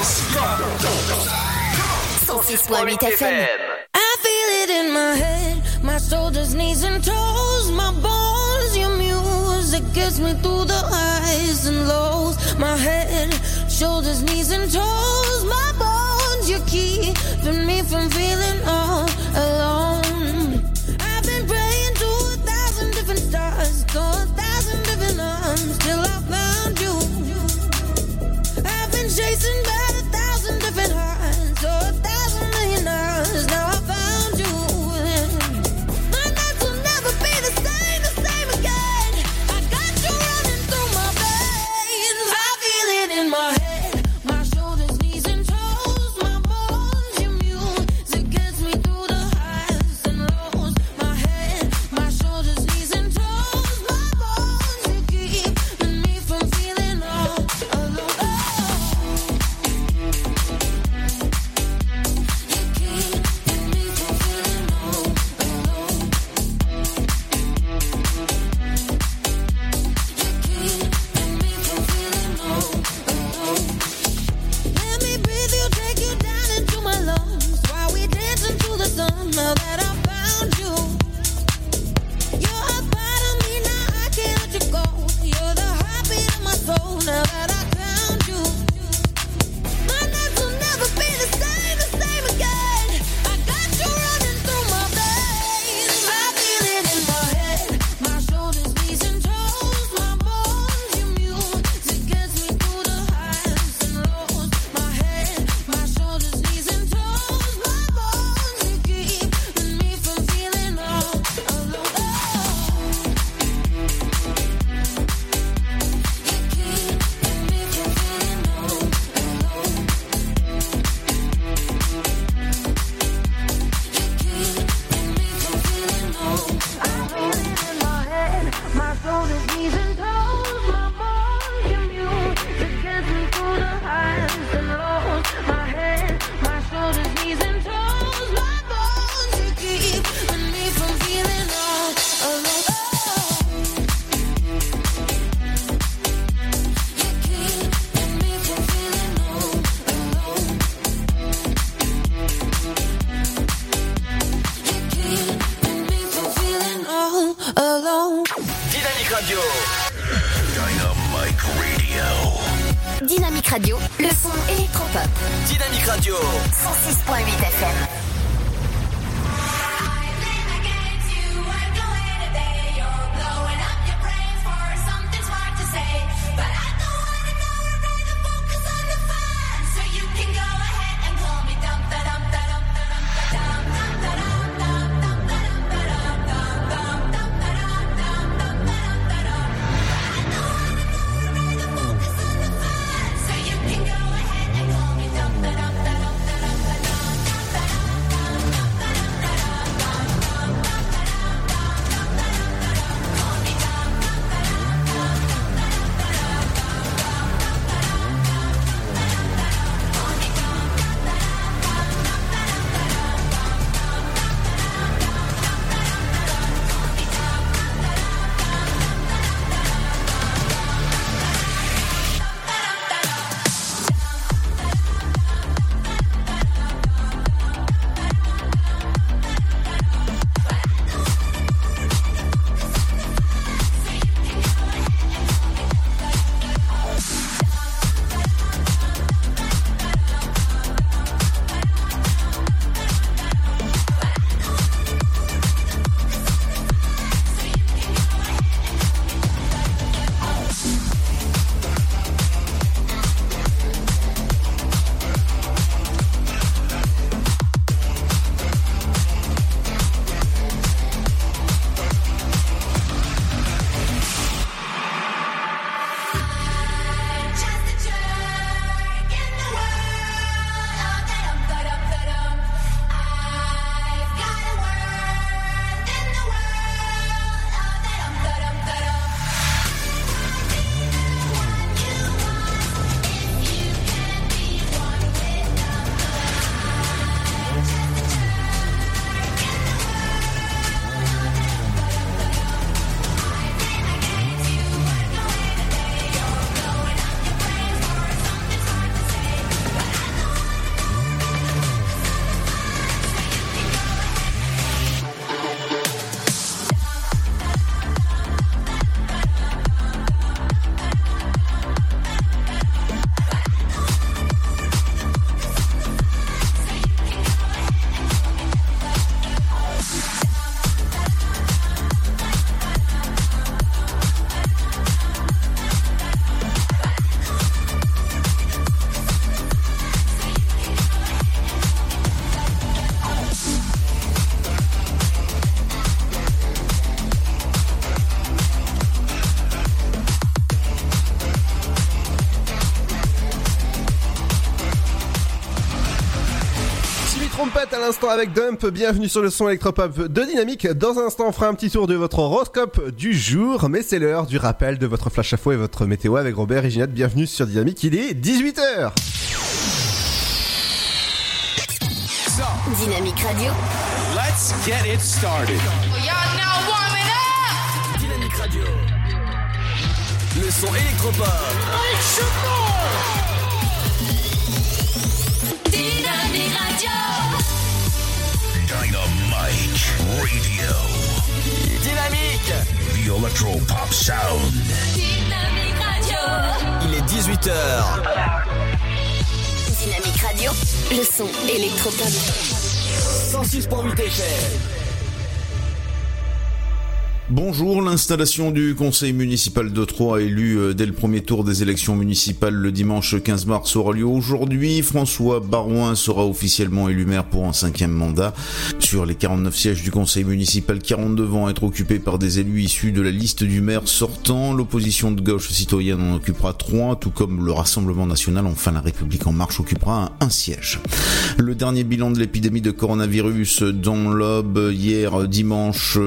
106.8 FM. I feel it in my head, my shoulders, knees and toes, my bones, your music gets me through the highs and lows. My head, shoulders, knees and toes, my bones, you keeping me from feeling all alone. I've been praying to 1,000 different stars, to 1,000 different arms, till I found you. I've been chasing by 1,000 different hearts, to 1,000 million hours, now I found you. My nights will never be the same again. I got you running through my veins. I feel it in my head, my shoulders, knees and toes, my bones, your music gets me through the highs and lows. My head, my shoulders, knees and toes, my bones, you keeping me from feeling all alone. Let me breathe you, take you down into my lungs while we dance into the sun. Now that I found you, you're a part of me, now I can't let you go. You're the heartbeat of my soul. Now that I found you, my nights will never be the same again. I got you running through my veins. I feel it in my head, my shoulders, knees and toes, my bones, your music gets me through the highs and lows. My head, my shoulders, knees and toes, my bones, you keeping me from feeling all alone. My shoulders, knees and toes, my bones, your music gets me through the highs and lows. My head, my shoulders, knees and toes, my bones, you keeping me from feeling all alone. You keeping me from feeling all alone. You keeping me from feeling all alone. Dynamique Radio. Dynamic Radio. Dynamique Radio, le son électropop. Dynamique Radio. 106.8 FM. Trumpet à l'instant avec Dump, bienvenue sur le son électropop de Dynamique. Dans un instant on fera un petit tour de votre horoscope du jour, mais c'est l'heure du rappel de votre flash info et votre météo avec Robert et Ginette. Bienvenue sur Dynamique, il est 18h. Dynamique Radio. Let's get it started. Y'all now warming up. Dynamique Radio. Le son électropop. Dynamique Radio. Dynamite Radio. Dynamique. The Electropop Sound. Dynamique Radio. Il est 18h. Dynamique Radio. Le son électropop. 106.8 FM. Bonjour, l'installation du conseil municipal de Troyes élu dès le premier tour des élections municipales le dimanche 15 mars aura lieu aujourd'hui. François Barouin sera officiellement élu maire pour un 5e mandat. Sur les 49 sièges du conseil municipal, 42 vont être occupés par des élus issus de la liste du maire sortant. L'opposition de gauche citoyenne en occupera 3, tout comme le Rassemblement national, enfin la République en marche, occupera un siège. Le dernier bilan de l'épidémie de coronavirus dans l'Aube hier dimanche,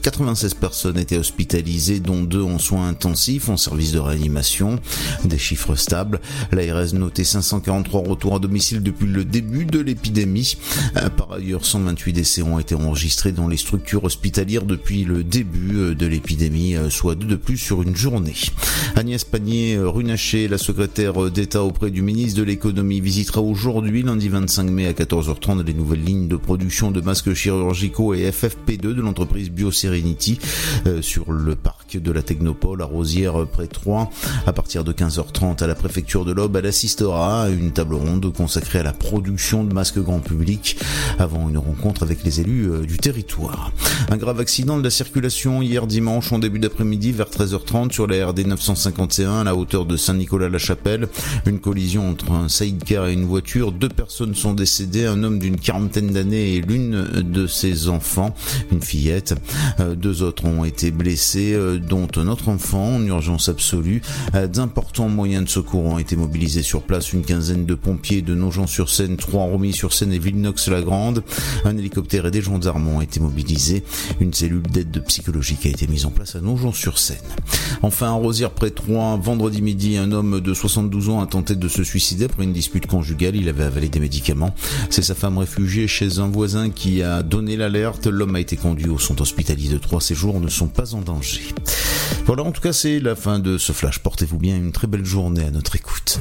96 personnes étaient hospitalisées, dont 2 en soins intensifs, en service de réanimation. Des chiffres stables. L'ARS notait 543 retours à domicile depuis le début de l'épidémie. Par ailleurs, 128 décès ont été enregistrés dans les structures hospitalières depuis le début de l'épidémie, soit 2 de plus sur une journée. Agnès Pannier-Runacher, la secrétaire d'État auprès du ministre de l'économie, visitera aujourd'hui, lundi 25 mai à 14h30, les nouvelles lignes de production de masques chirurgicaux et FFP2 de l'entreprise BioSerenity sur le parc de la Technopole à Rosières près de Troyes. À partir de 15h30 à la préfecture de l'Aube, elle assistera à une table ronde consacrée à la production de masques grand public avant une rencontre avec les élus du territoire. Un grave accident de la circulation hier dimanche en début d'après-midi vers 13h30 sur la RD 951 à la hauteur de Saint-Nicolas-la-Chapelle. Une collision entre un sidecar et une voiture. 2 personnes sont décédées, un homme d'une quarantaine d'années et l'une de ses enfants, une fillette. 2 autres ont été blessés, dont un autre enfant en urgence absolue. D'importants moyens de secours ont été mobilisés sur place, une quinzaine de pompiers de Nogent-sur-Seine, Troyes, Romilly-sur-Seine et Villenox-la-Grande. Un hélicoptère et des gendarmes ont été mobilisés. Une cellule d'aide psychologique a été mise en place à Nogent-sur-Seine. Enfin, à Rosières près de Troyes, vendredi midi, un homme de 72 ans a tenté de se suicider après une dispute conjugale. Il avait avalé des médicaments. C'est sa femme réfugiée chez un voisin qui a donné l'alerte. L'homme a été conduit au centre hospitalier de Troyes. Ses jours ne sont pas en danger. Voilà, en tout cas, c'est la fin de ce flash. Portez-vous bien, une très belle journée à notre écoute.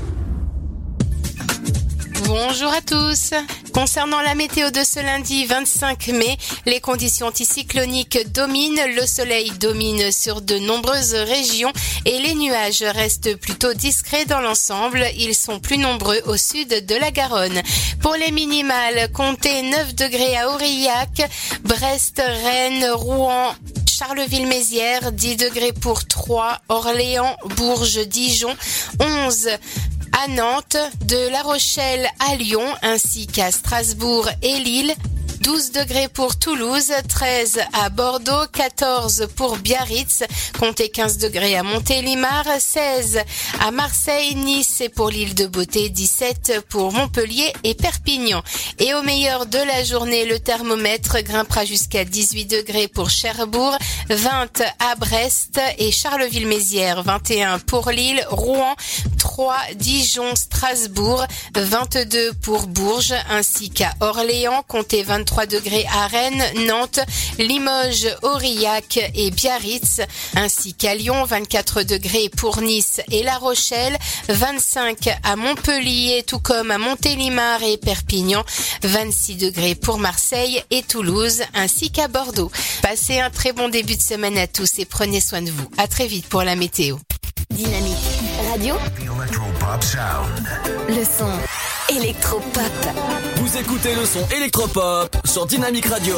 Bonjour à tous. Concernant la météo de ce lundi 25 mai, les conditions anticycloniques dominent, le soleil domine sur de nombreuses régions et les nuages restent plutôt discrets dans l'ensemble. Ils sont plus nombreux au sud de la Garonne. Pour les minimales, comptez 9 degrés à Aurillac, Brest, Rennes, Rouen, Charleville-Mézières, 10 degrés pour Troyes, Orléans, Bourges, Dijon, 11 à Nantes, de La Rochelle à Lyon, ainsi qu'à Strasbourg et Lille. 12 degrés pour Toulouse, 13 à Bordeaux, 14 pour Biarritz, comptez 15 degrés à Montélimar, 16 à Marseille, Nice et pour l'île de Beauté, 17 pour Montpellier et Perpignan. Et au meilleur de la journée, le thermomètre grimpera jusqu'à 18 degrés pour Cherbourg, 20 à Brest et Charleville-Mézières, 21 pour Lille, Rouen, 3, Dijon, Strasbourg, 22 pour Bourges, ainsi qu'à Orléans, comptez 23 degrés à Rennes, Nantes, Limoges, Aurillac et Biarritz, ainsi qu'à Lyon, 24 degrés pour Nice et La Rochelle, 25 à Montpellier, tout comme à Montélimar et Perpignan, 26 degrés pour Marseille et Toulouse, ainsi qu'à Bordeaux. Passez un très bon début de semaine à tous et prenez soin de vous. À très vite pour la météo. Dynamique Radio. The Electropop Sound. Le son électropop. Vous écoutez le son électropop sur Dynamique Radio.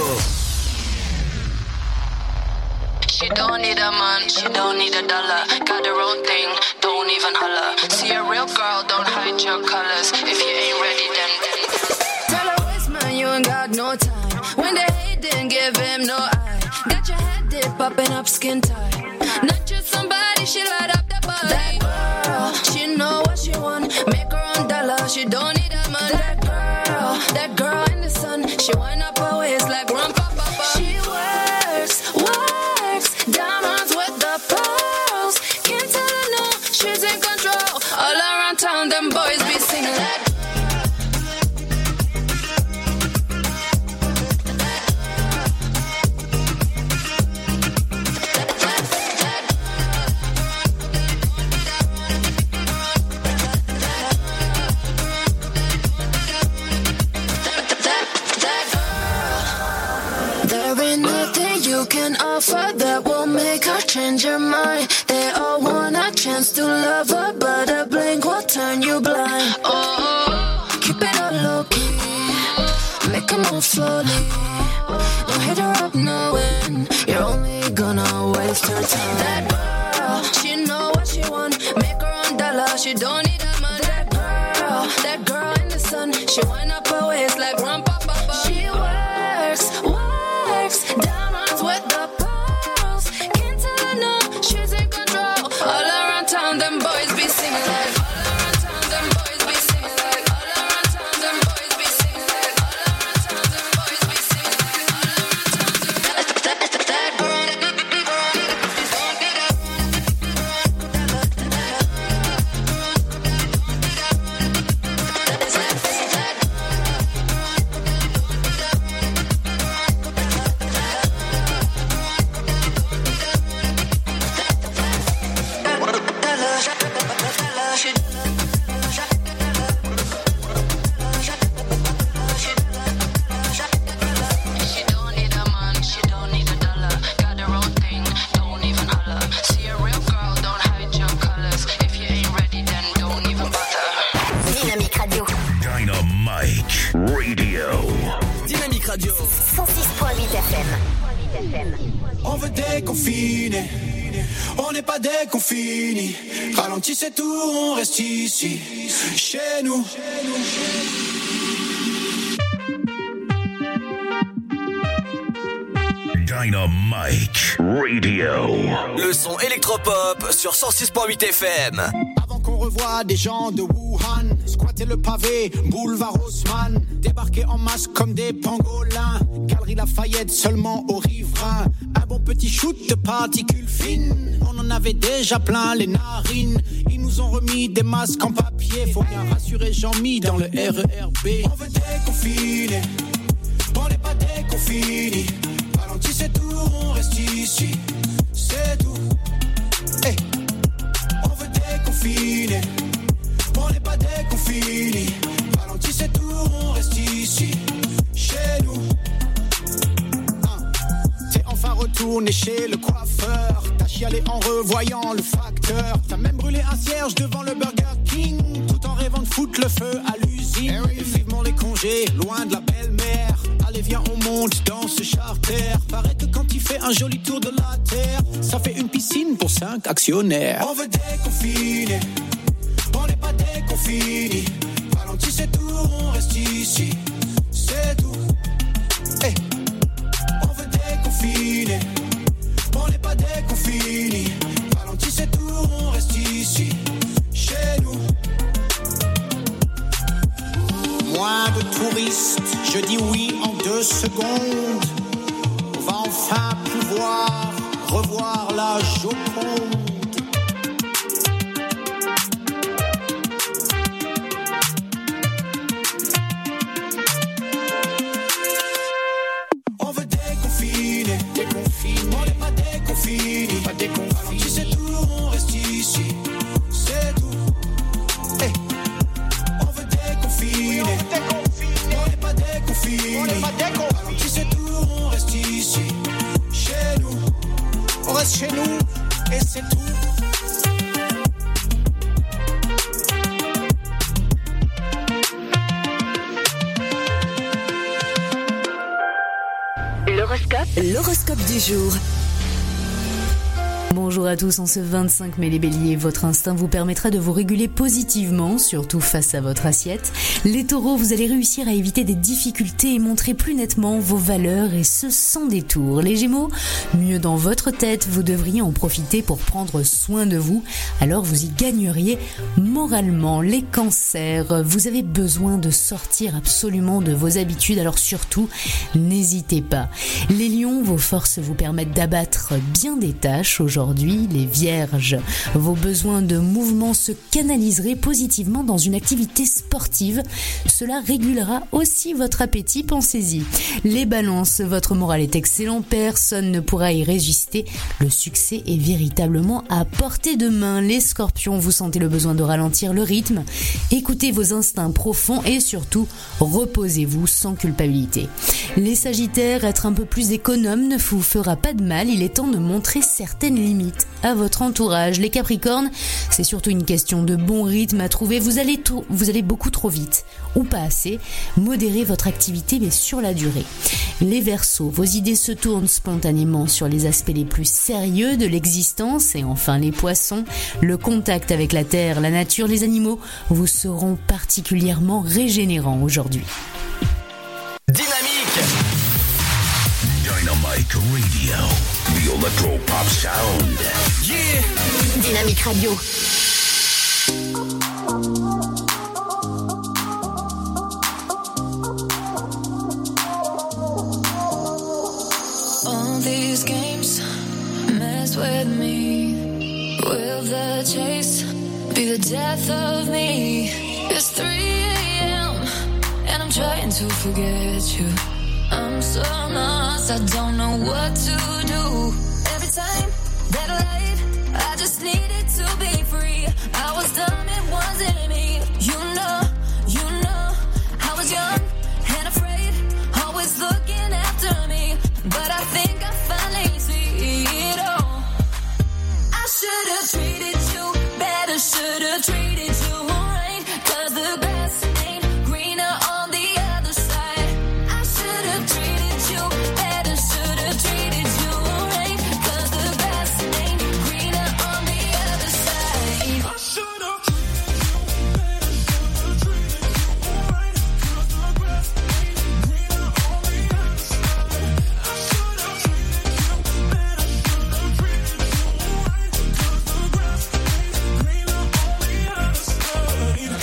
She don't need a man, she don't need a dollar. Got her own thing, don't even holler. See a real girl, don't hide your colors. If you ain't ready, then. Tell her waste man, you ain't got no time. When they hate, then give him no eye. Got your head dip, popping up skin tight. Not just somebody, she light up the body. That girl, she know what she want. Make her own dollar, she don't need a man. That girl in the them boys be singing like. There ain't nothing you can offer that will make her change her mind. They all want a chance to love her, but a blink will turn you blind. Oh, keep it all low key, make her move slowly. Don't hit her up knowing you're only gonna waste her time. That girl, she know what she want, make her own dollar, she don't need a man. That girl in the sun, she wind up her waist like grandpa. She works, diamonds with the pearls. Can't tell her no, she's in control. All around town, them boys be singing like. All around town, them boys be singing like. All around town, them boys be singing like. All around town, them boys be singing like. All around town, that girl. She don't need a man, she don't need a dollar. Got her own thing, don't even holler. See a real girl, don't hide your colors. If you ain't ready, then don't even bother. Dynamique Radio. Dynamite Radio. Dynamique Radio. 106.8 FM. On veut déconfiner, on n'est pas déconfinis. Ralentissez tout, on reste ici, chez nous. Dynamite Radio. Le son électropop sur 106.8 FM. Avant qu'on revoie des gens de Wuhan squatter le pavé, boulevard Haussmann, débarquer en masse comme des pangolins, Galerie Lafayette seulement aux riverains. Un bon petit shoot de particules fines, on en avait déjà plein les narines. Ils nous ont remis des masques en papier, faut bien rassurer Jean-Mi dans le RERB. On veut déconfiner, on n'est pas déconfinis. Ralentissez tout, on reste ici, c'est tout. Hey. On veut déconfiner, on n'est pas déconfinis. Ralentissez tout, on reste ici, chez nous. T'es enfin retourné chez le coiffeur, t'as chialé en revoyant le facteur. T'as même brûlé un cierge devant le Burger King, tout en rêvant de foutre le feu à l'usine. Et vivement les congés, loin de la belle-mère. Allez viens on monte dans ce charter. Paraît que quand il fait un joli tour de la terre, ça fait une piscine pour 5 actionnaires. On veut déconfiner, on n'est pas déconfinis. Ralentissez tout, on reste ici, c'est tout. Hey. On veut déconfiner, on n'est pas déconfinis. Ralentissez tout, on reste ici, chez nous. Moins de touristes, je dis oui en 2 secondes. On va enfin pouvoir revoir la Joconde. On veut déconfiner, on n'est pas déconfinis. Ralentissez tout, on reste ici, c'est tout. Hey. On veut déconfiner, on n'est pas déconfinis. Ralentissez tout, on reste ici, chez nous. On reste chez nous, et c'est tout. L'horoscope du jour. Bonjour à tous, en ce 25 mai les béliers, votre instinct vous permettra de vous réguler positivement, surtout face à votre assiette. Les taureaux, vous allez réussir à éviter des difficultés et montrer plus nettement vos valeurs et ce sans détour. Les gémeaux, mieux dans votre tête, vous devriez en profiter pour prendre soin de vous, alors vous y gagneriez moralement. Les cancers, vous avez besoin de sortir absolument de vos habitudes, alors surtout, n'hésitez pas. Les lions, vos forces vous permettent d'abattre bien des tâches aujourd'hui. aujourd'hui, les vierges. Vos besoins de mouvement se canaliseraient positivement dans une activité sportive. Cela régulera aussi votre appétit, pensez-y. Les balances, votre moral est excellent, personne ne pourra y résister. Le succès est véritablement à portée de main. Les scorpions, vous sentez le besoin de ralentir le rythme. Écoutez vos instincts profonds et surtout, reposez-vous sans culpabilité. Les sagittaires, être un peu plus économe ne vous fera pas de mal. Il est temps de montrer certaines limites à votre entourage. Les capricornes, c'est surtout une question de bon rythme à trouver. Vous allez beaucoup trop vite ou pas assez. Modérez votre activité mais sur la durée. Les Verseaux, vos idées se tournent spontanément sur les aspects les plus sérieux de l'existence. Et enfin les Poissons, le contact avec la terre, la nature, les animaux vous seront particulièrement régénérants aujourd'hui. Dynamique Dynamic Radio. The Electro Pop Sound. Yeah Dynamique Radio. All these games mess with me. Will the chase be the death of me? It's 3 a.m. and I'm trying to forget you. I'm so lost, I don't know what to do. Every time that I lied, I just needed to be free. I was dumb, it wasn't me. You know, I was young and afraid, always looking after me. But I think I finally see it all. I should have treated you better, should have treated you right. 'Cause the grass ain't greener on the other side. I should have treated you better, should have treated you right. 'Cause the grass ain't greener on the other side. I should have treated you better, should have treated you right. 'Cause the grass ain't greener on the other side. I should have treated you better, should have treated you right. 'Cause the grass ain't greener on the other side.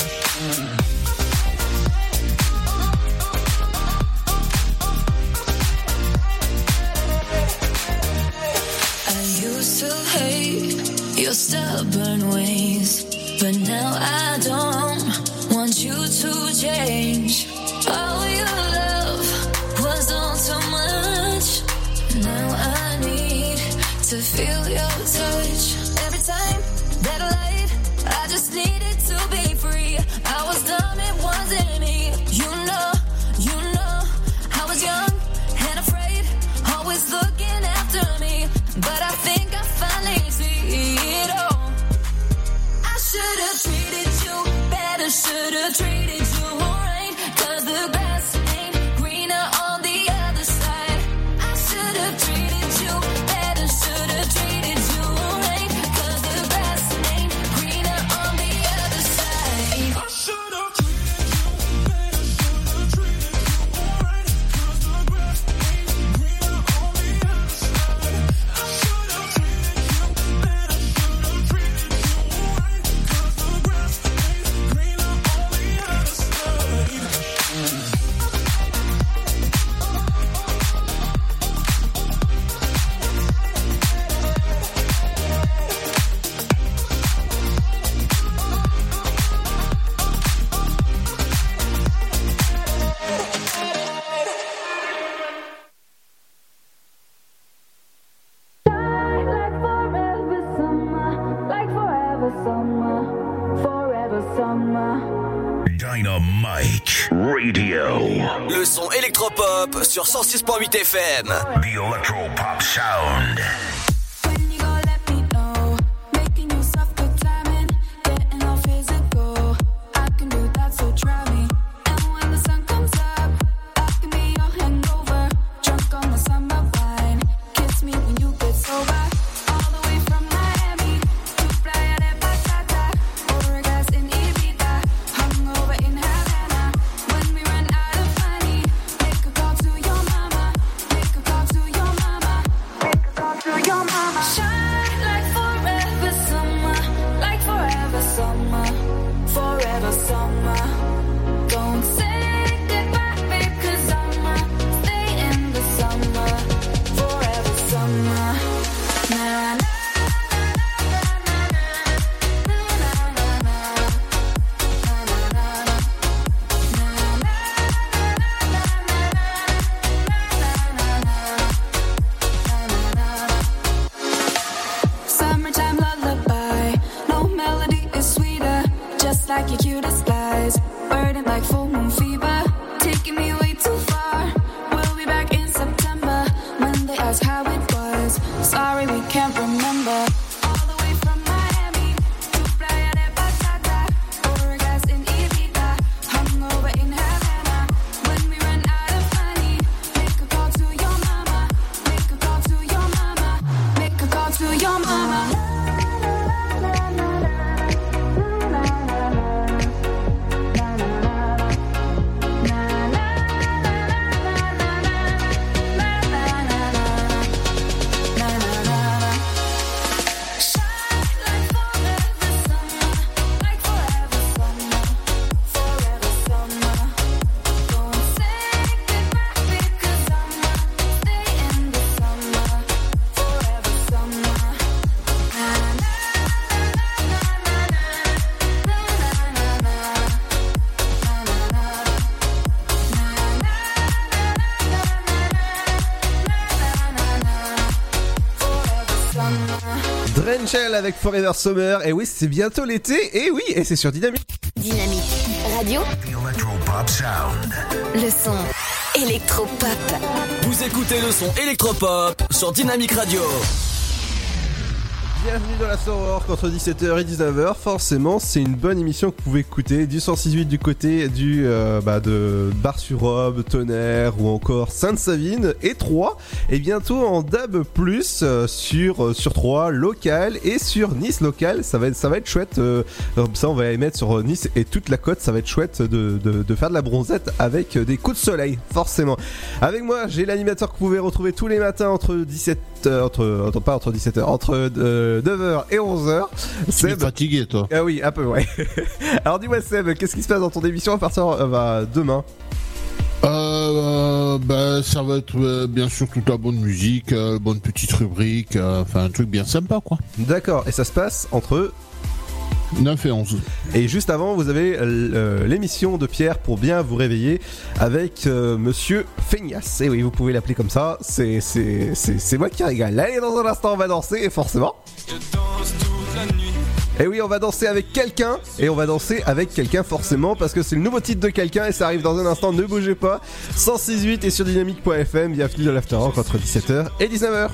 I used to hate your stubborn ways, but now I don't want you to change. All your love was all too much. Now I need to feel your touch. Every time that I lied, I just needed to be free. I was dumb, it wasn't me. You know, I was young and afraid, always looking after me. But I think I finally see it all. I should have treated you better, should have treated you right. 'Cause the grass ain't greener on the other side. I should have treated you better, should have treated you right. 'Cause the grass ain't greener on the other side. I should have treated you better, should have treated you right. 'Cause the grass ain't greener on the other side. I should have treated you better, should have treated you right. 'Cause the grass ain't greener on the other side. Dynamic Radio. Le son électropop sur 106.8 FM. The Electro Pop Sound. When you gon' let me know, making you soft good timing, getting all physical. I can do that, so try me. And when the sun comes up, I can be your hangover. Drunk on the summer wine, kiss me when you get sober. All the way from Miami to Playa de Bachata, over gas in Ibiza, hungover in Havana. When we run out of money, make a call to your mama, make a call to your mama, make a call to your mama. just like your cutest lies. Burning like full moon fever, taking me way too far. We'll be back in September when they ask how it was. Sorry, we can't remember. All the way from Miami to Playa de Patata, over gas in Ibiza, hungover in Havana. When we run out of money, make a call to your mama. Make a call to your mama. Make a call to your mama. Drenchell avec Forever Summer. Et oui, c'est bientôt l'été. Et oui, et c'est sur Dynamique. Dynamique Radio. Electropop Sound. Le son électropop. Vous écoutez le son électropop sur Dynamique Radio. Bienvenue dans la Soror, entre 17h et 19h. Forcément, c'est une bonne émission que vous pouvez écouter du 106.8 du côté du de Bar-sur-Aube, Tonnerre ou encore Sainte-Savine et Troyes. Et bientôt en DAB+, sur Troyes local et sur Nice local. Ça va être chouette. Comme ça, on va émettre sur Nice et toute la côte. Ça va être chouette de faire de la bronzette avec des coups de soleil, forcément. Avec moi, j'ai l'animateur que vous pouvez retrouver tous les matins entre 9h et 11h. Tu es fatigué, toi. Ah oui, un peu, ouais. Alors dis-moi, Seb, qu'est-ce qui se passe dans ton émission à partir demain? Ça va être bien sûr toute la bonne musique, bonne petite rubrique, enfin un truc bien sympa, quoi. D'accord, et ça se passe entre 9 et 11. Et juste avant, vous avez l'émission de Pierre pour bien vous réveiller avec Monsieur Feignas. Et oui, vous pouvez l'appeler comme ça. C'est moi qui régale. Allez, dans un instant, on va danser, forcément. Je danse toute la nuit. Et oui, on va danser avec quelqu'un. Et on va danser avec quelqu'un, forcément, parce que c'est le nouveau titre de quelqu'un. Et ça arrive dans un instant, ne bougez pas. 106.8 et sur dynamique.fm. Bienvenue dans l'Afterwork entre 17h et 19h.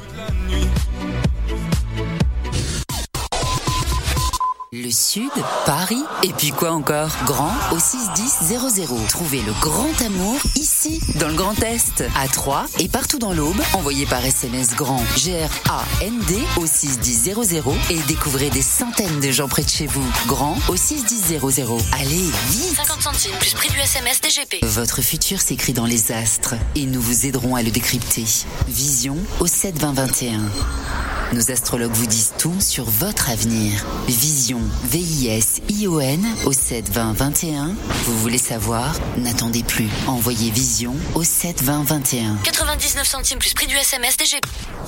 Le Sud, Paris, et puis quoi encore? Grand au 61000. Trouvez le grand amour ici, dans le Grand Est, à Troyes et partout dans l'Aube. Envoyez par SMS grand GRAND au 61000 et découvrez des centaines de gens près de chez vous. Grand au 61000. Allez, vite! 50 centimes plus prix du SMS DGP. Votre futur s'écrit dans les astres et nous vous aiderons à le décrypter. Vision au 72021. Nos astrologues vous disent tout sur votre avenir. Vision, VISION au 72021. Vous voulez savoir? N'attendez plus. Envoyez Vision au 72021. 99 centimes plus prix du SMS DGP.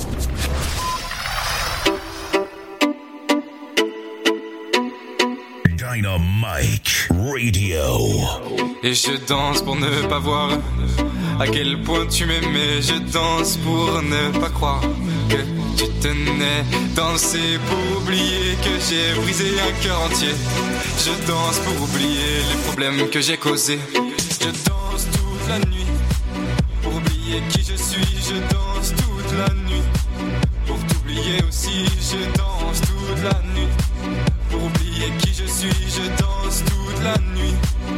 Dynamique Radio. Et je danse pour ne pas voir à quel point tu m'aimais. Je danse pour ne pas croire que tu tenais. Danser pour oublier que j'ai brisé un cœur entier. Je danse pour oublier les problèmes que j'ai causés. Je danse toute la nuit pour oublier qui je suis. Je danse toute la nuit pour t'oublier aussi. Je danse toute la nuit pour oublier qui je suis. Je danse toute la nuit.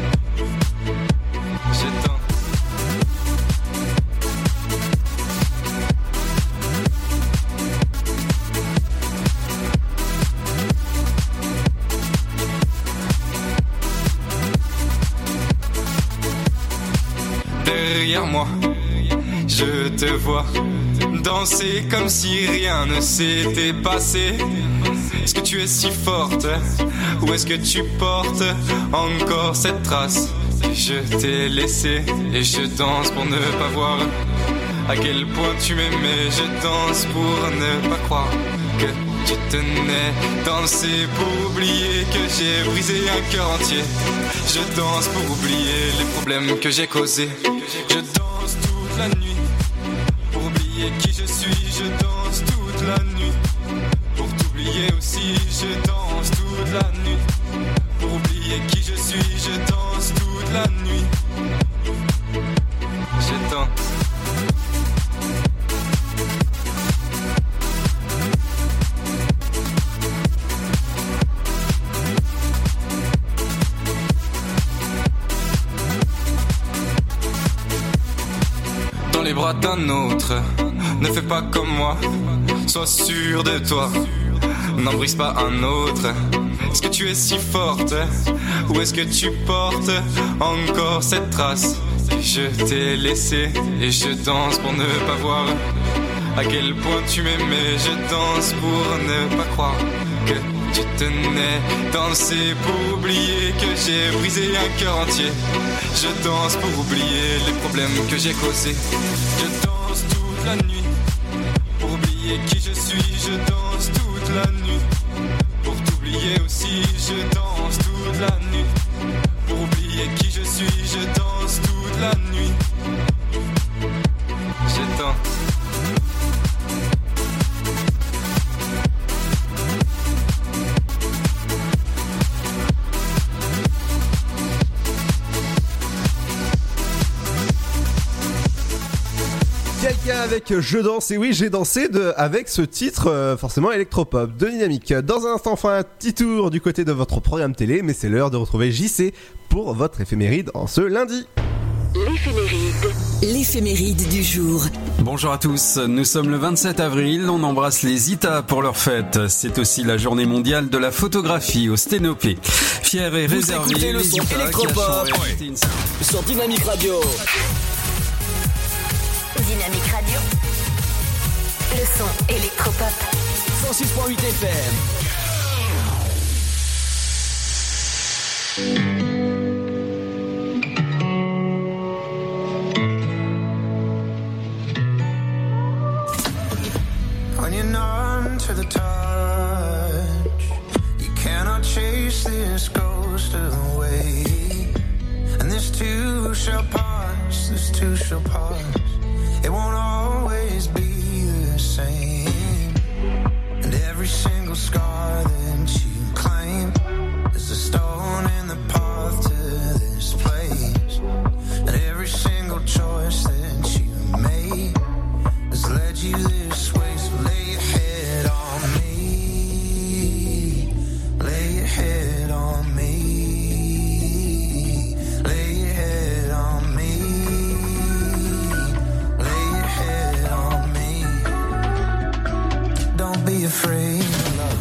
Je danse. Derrière moi, je te vois danser comme si rien ne s'était passé. Est-ce que tu es si forte ou est-ce que tu portes encore cette trace que je t'ai laissée? Et je danse pour ne pas voir à quel point tu m'aimais. Je danse pour ne pas croire que tu tenais. Danser pour oublier que j'ai brisé un cœur entier. Je danse pour oublier les problèmes que j'ai causés. Je danse toute la nuit pour oublier qui je suis. Je danse toute la nuit pour t'oublier aussi. Je danse toute la nuit pour oublier qui je bras d'un autre. Ne fais pas comme moi, sois sûr de toi. N'en brise pas un autre. Est-ce que tu es si forte, ou est-ce que tu portes encore cette trace que je t'ai laissée? Et je danse pour ne pas voir à quel point tu m'aimais. Je danse pour ne pas croire que tu tenais. Danser pour oublier que j'ai brisé un cœur entier. Je danse pour oublier les problèmes que j'ai causés. Je danse toute la nuit pour oublier qui je suis. Je danse toute la nuit pour t'oublier aussi. Je danse toute la nuit pour oublier qui je suis. Je danse toute la nuit. Je danse. Quelqu'un avec Je danse, et oui j'ai dansé avec ce titre forcément électropop de Dynamique. Dans un instant, enfin un petit tour du côté de votre programme télé, mais c'est l'heure de retrouver JC pour votre éphéméride en ce lundi. L'éphéméride du jour. Bonjour à tous, nous sommes le 27 avril, on embrasse les ITA pour leur fête. C'est aussi la journée mondiale de la photographie au Sténopé. Fier et réservé. Vous écoutez le son électropop sur Dynamique Radio. Dynamique Radio. Le son électropop. 106.8 FM. When you're numb to the touch, you cannot chase this ghost away. And this too shall pass, this too shall pass. It won't always be the same. And every single scar that you claim is a stone in the path to this place. And every single choice that you made has led you this way. So lay your head on me. Lay your head on me. Lay your head on me. Don't be afraid of love.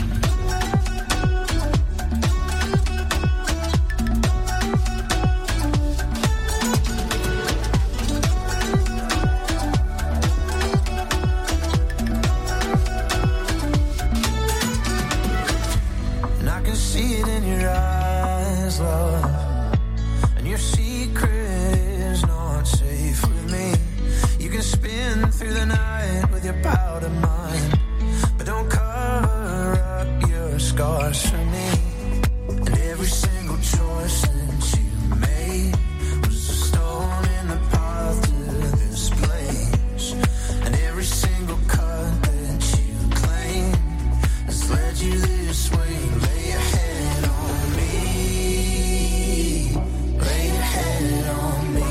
And I can see it in your eyes, love. And your secret is not safe with me. You can spin through the night with your powder mind, but don't cover up your scars for me. And every single choice that you made was a stone in the path to this place. And every single cut that you claim has led you this way. Lay your head on me. Lay your head on me.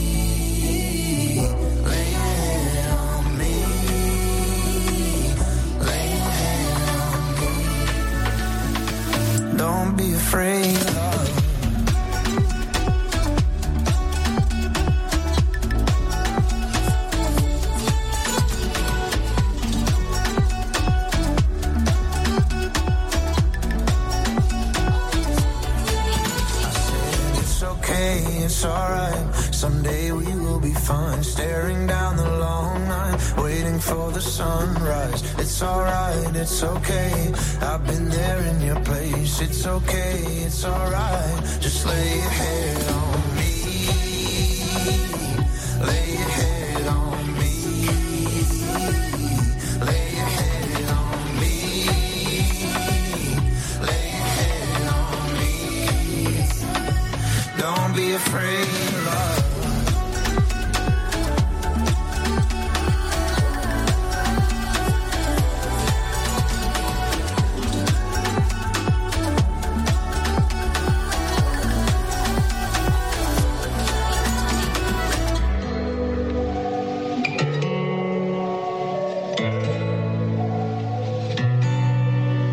Lay your head on me. Lay your head on me. Don't be afraid of love. It's okay, it's alright. Someday we will be fine. Staring down the long night, waiting for the sunrise. It's alright, it's okay. I've been there in your place. It's okay, it's alright. Just lay your head on me. Lay your head on me. Lay your head on me. Lay your head on me. Don't be afraid of love.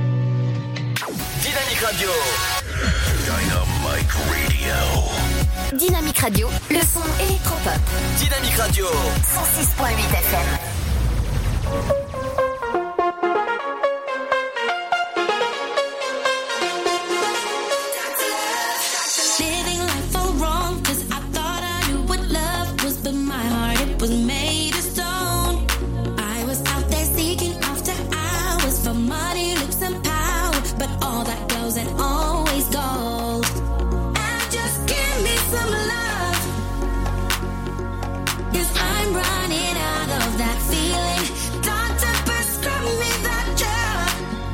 Dynamique Radio. Dynamique Radio, le son électropop. Dynamique Radio. 106.8 FM. Living life all wrong, 'cause I thought I knew what love was, but my heart, it was made of stone. I was out there seeking after hours for money, looks and power, but all that goes and always goes. And just give me some love, 'cause I'm running out of that feeling. Doctor, prescribe me that drug,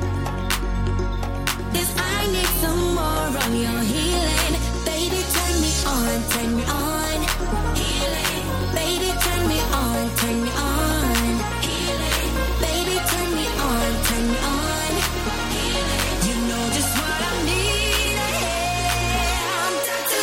'cause I need some more of your healing. Baby, turn me on, turn me on. Healing. Baby, turn me on, turn me on. Healing. Baby, turn me on, turn me on. Healing. You know just what I need. I'm Dr.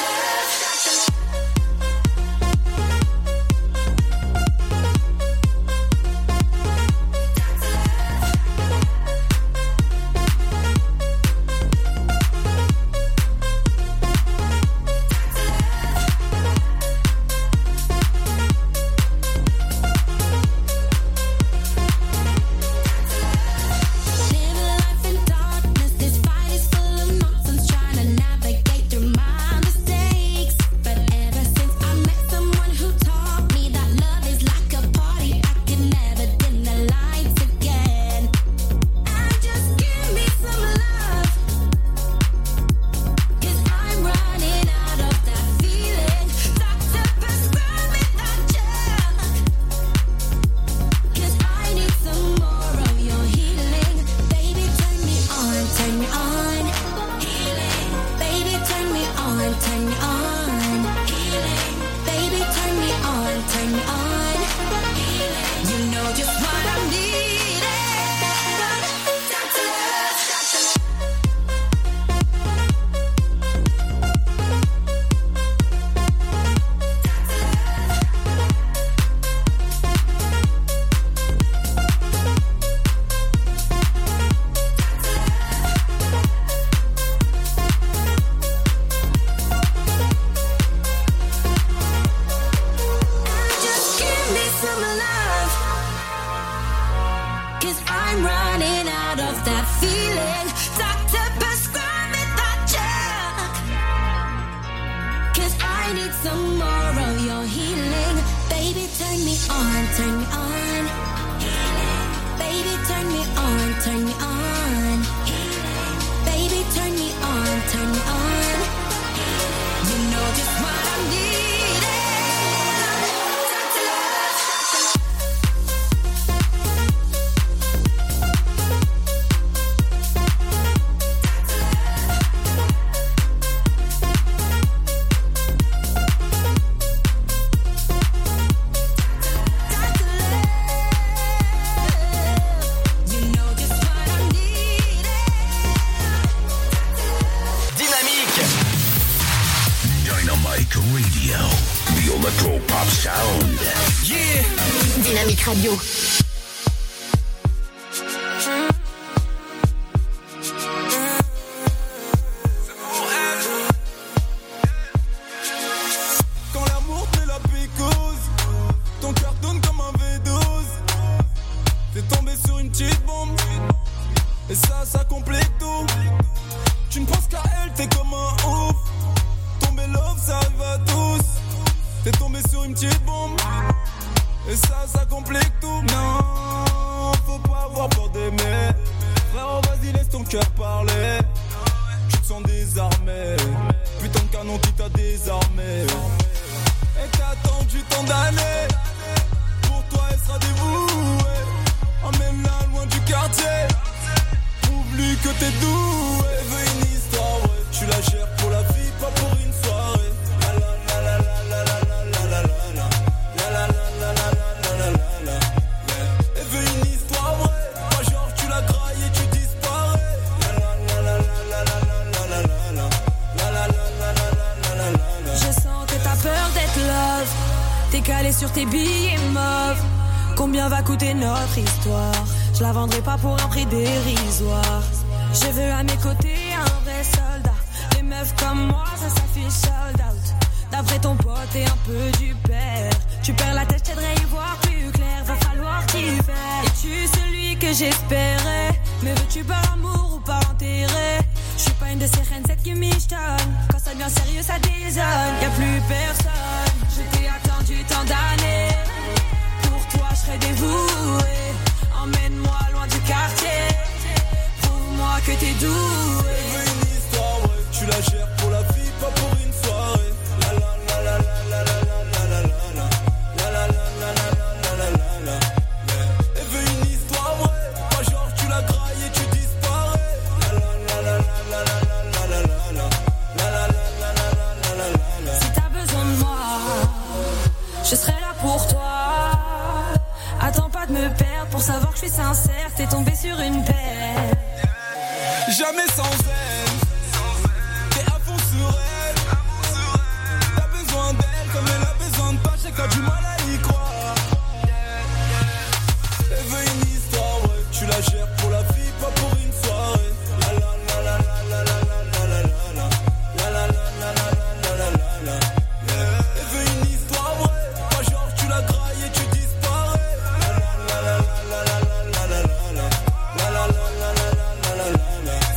Radio. Quand l'amour te la pécose, ton cœur tourne comme un V12. T'es tombé sur une petite bombe, et ça complète tout. Tu ne penses qu'à elle, t'es comme un ouf. Tomber love, ça arrive à tous. T'es tombé sur une petite bombe, et ça complique tout. Non, faut pas avoir peur d'aimer. Frérot, vas-y, laisse ton cœur parler. Tu te sens désarmé, putain de canon qui t'a désarmé. Et t'as attendu tant d'années, pour toi elle sera dévouée. Emmène-la loin du quartier, prouve-lui que t'es doué. Elle veut une histoire, ouais, tu la gères pour la vie, pas pour une soirée. La la la la la la la la la la la la la la la la la. Elle veut une histoire, ouais, pas genre tu la grailles et tu disparais. La la la la la la la la la la la la la la la. Je sens que t'as peur d'être love. T'es calé sur tes billets mauves. Combien va coûter notre histoire? Je la vendrai pas pour un prix dérisoire. Je veux à mes côtés un vrai soldat. Les meufs comme moi, ça s'affiche sold out. D'après t'es un peu du père. Tu perds la tête, j'aimerais y voir plus clair. Va falloir t'y faire. Es-tu celui que j'espérais? Mais veux-tu par amour ou par intérêt? Je suis pas une de ces reines, celle qui michetonne. Quand ça devient sérieux, ça désonne. Y'a plus personne. Je t'ai attendu tant d'années. Pour toi, je serai dévoué. Emmène-moi loin du quartier. Prouve-moi que t'es doué. Une histoire, ouais. Tu la gères pour la vie, pas pour une soirée. La la la la la la la la la la la la la la la la la la. Elle veut une histoire, ouais. Pas genre tu la grailles et tu disparais. La la la la la la la la la la la la la la la la. Si t'as besoin de moi, je serai là pour toi. Attends pas de me perdre pour savoir que je suis sincère. T'es tombé sur une paire. Jamais sans elle. T'es à fond sur elle. T'as besoin d'elle comme elle a besoin de toi. J'ai quand du mal à y croire. Elle veut une histoire, ouais. Tu la gères pour la vie, pas pour une soirée. La la la la la la la la la la la la la la la la la. Elle veut une histoire, ouais. Pas genre tu la grailles et tu disparais. La la la la la la la la la la la la la la la la la.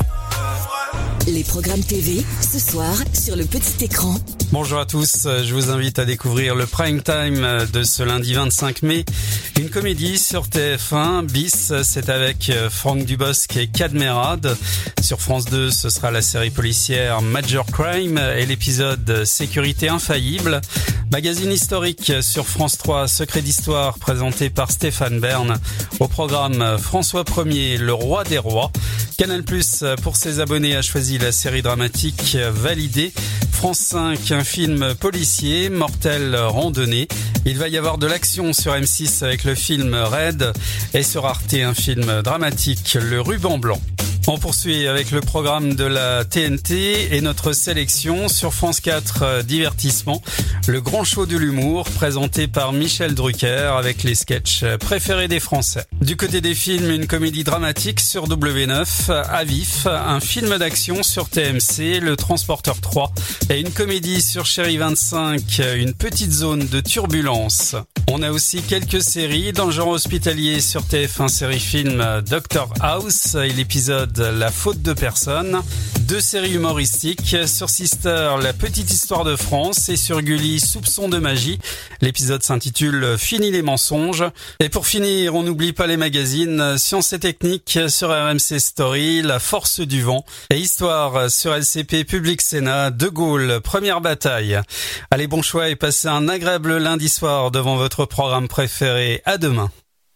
Les programmes TV, ce soir, sur le petit écran. Bonjour à tous, je vous invite à découvrir le prime time de ce lundi 25 mai. Une comédie sur TF1, Bis, c'est avec Franck Dubosc et Cadmerade. Sur France 2, ce sera la série policière Major Crime et l'épisode Sécurité infaillible. Magazine historique sur France 3, Secret d'histoire, présenté par Stéphane Bern. Au programme, François Ier, le roi des rois. Canal+, pour ses abonnés, a choisi la série dramatique Validée. France 5, un film policier, Mortel randonnée. Il va y avoir de l'action sur M6 avec le film Raid. Et sur Arte, un film dramatique, Le Ruban Blanc. On poursuit avec le programme de la TNT et notre sélection sur France 4 divertissement, le grand show de l'humour présenté par Michel Drucker avec les sketchs préférés des Français. Du côté des films, une comédie dramatique sur W9, À vif, un film d'action sur TMC, Le Transporteur 3 et une comédie sur Chérie 25, une petite zone de turbulence. On a aussi quelques séries dans le genre hospitalier sur TF1 série film Dr House et l'épisode La faute de personne. 2 séries humoristiques sur Sister, La petite histoire de France et sur Gulli, Soupçon de magie. L'épisode s'intitule Fini les mensonges. Et pour finir, on n'oublie pas les magazines Science et Technique sur RMC Story, La force du vent et Histoire sur LCP Public Sénat, De Gaulle, première bataille. Allez, bon choix et passez un agréable lundi soir devant votre programme préféré. À demain.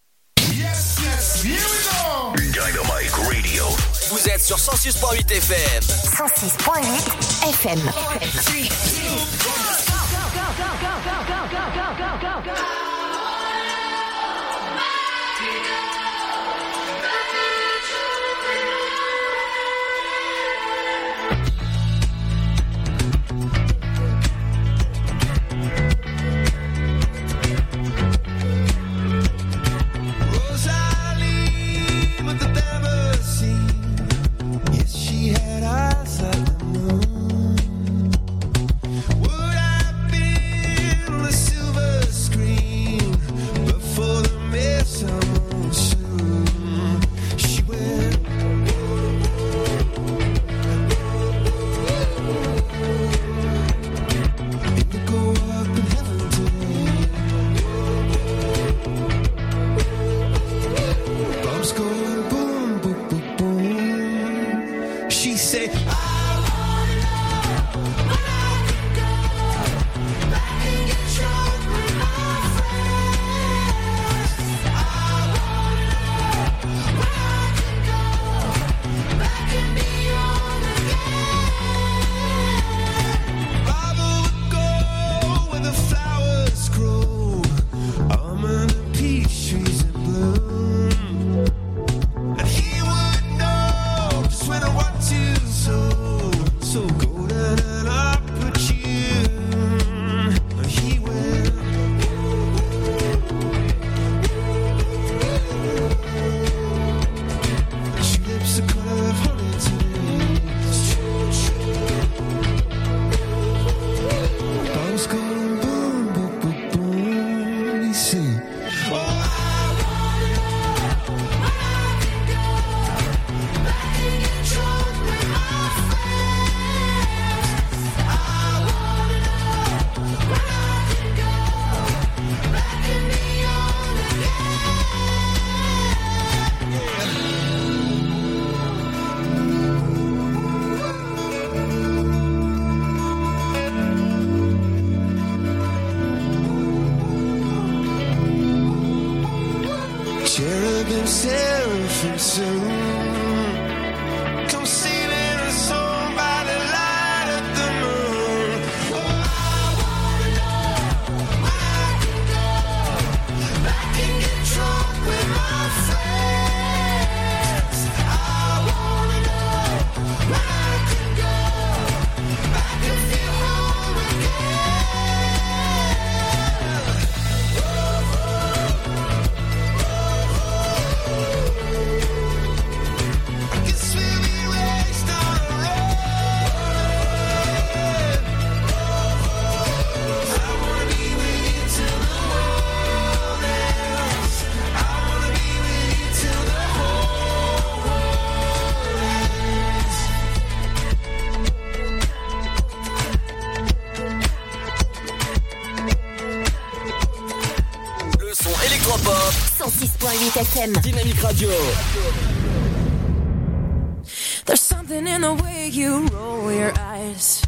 Dynamite Radio. Vous êtes sur 106.8 FM. 106.8 FM. She had eyes like the moon. Would I feel yourself in soon. Come sailing a song by the light of the moon. Oh, I wanna know where I can go. Back and get drunk with my friends. I wanna know where I can go. Back and feel home again. I guess we'll be raised on a road. I wanna be with you till the world ends. I wanna be with you till the whole world ends. Le son électropop. 106.8 FM. Dynamique Radio. There's something in the way you roll your eyes.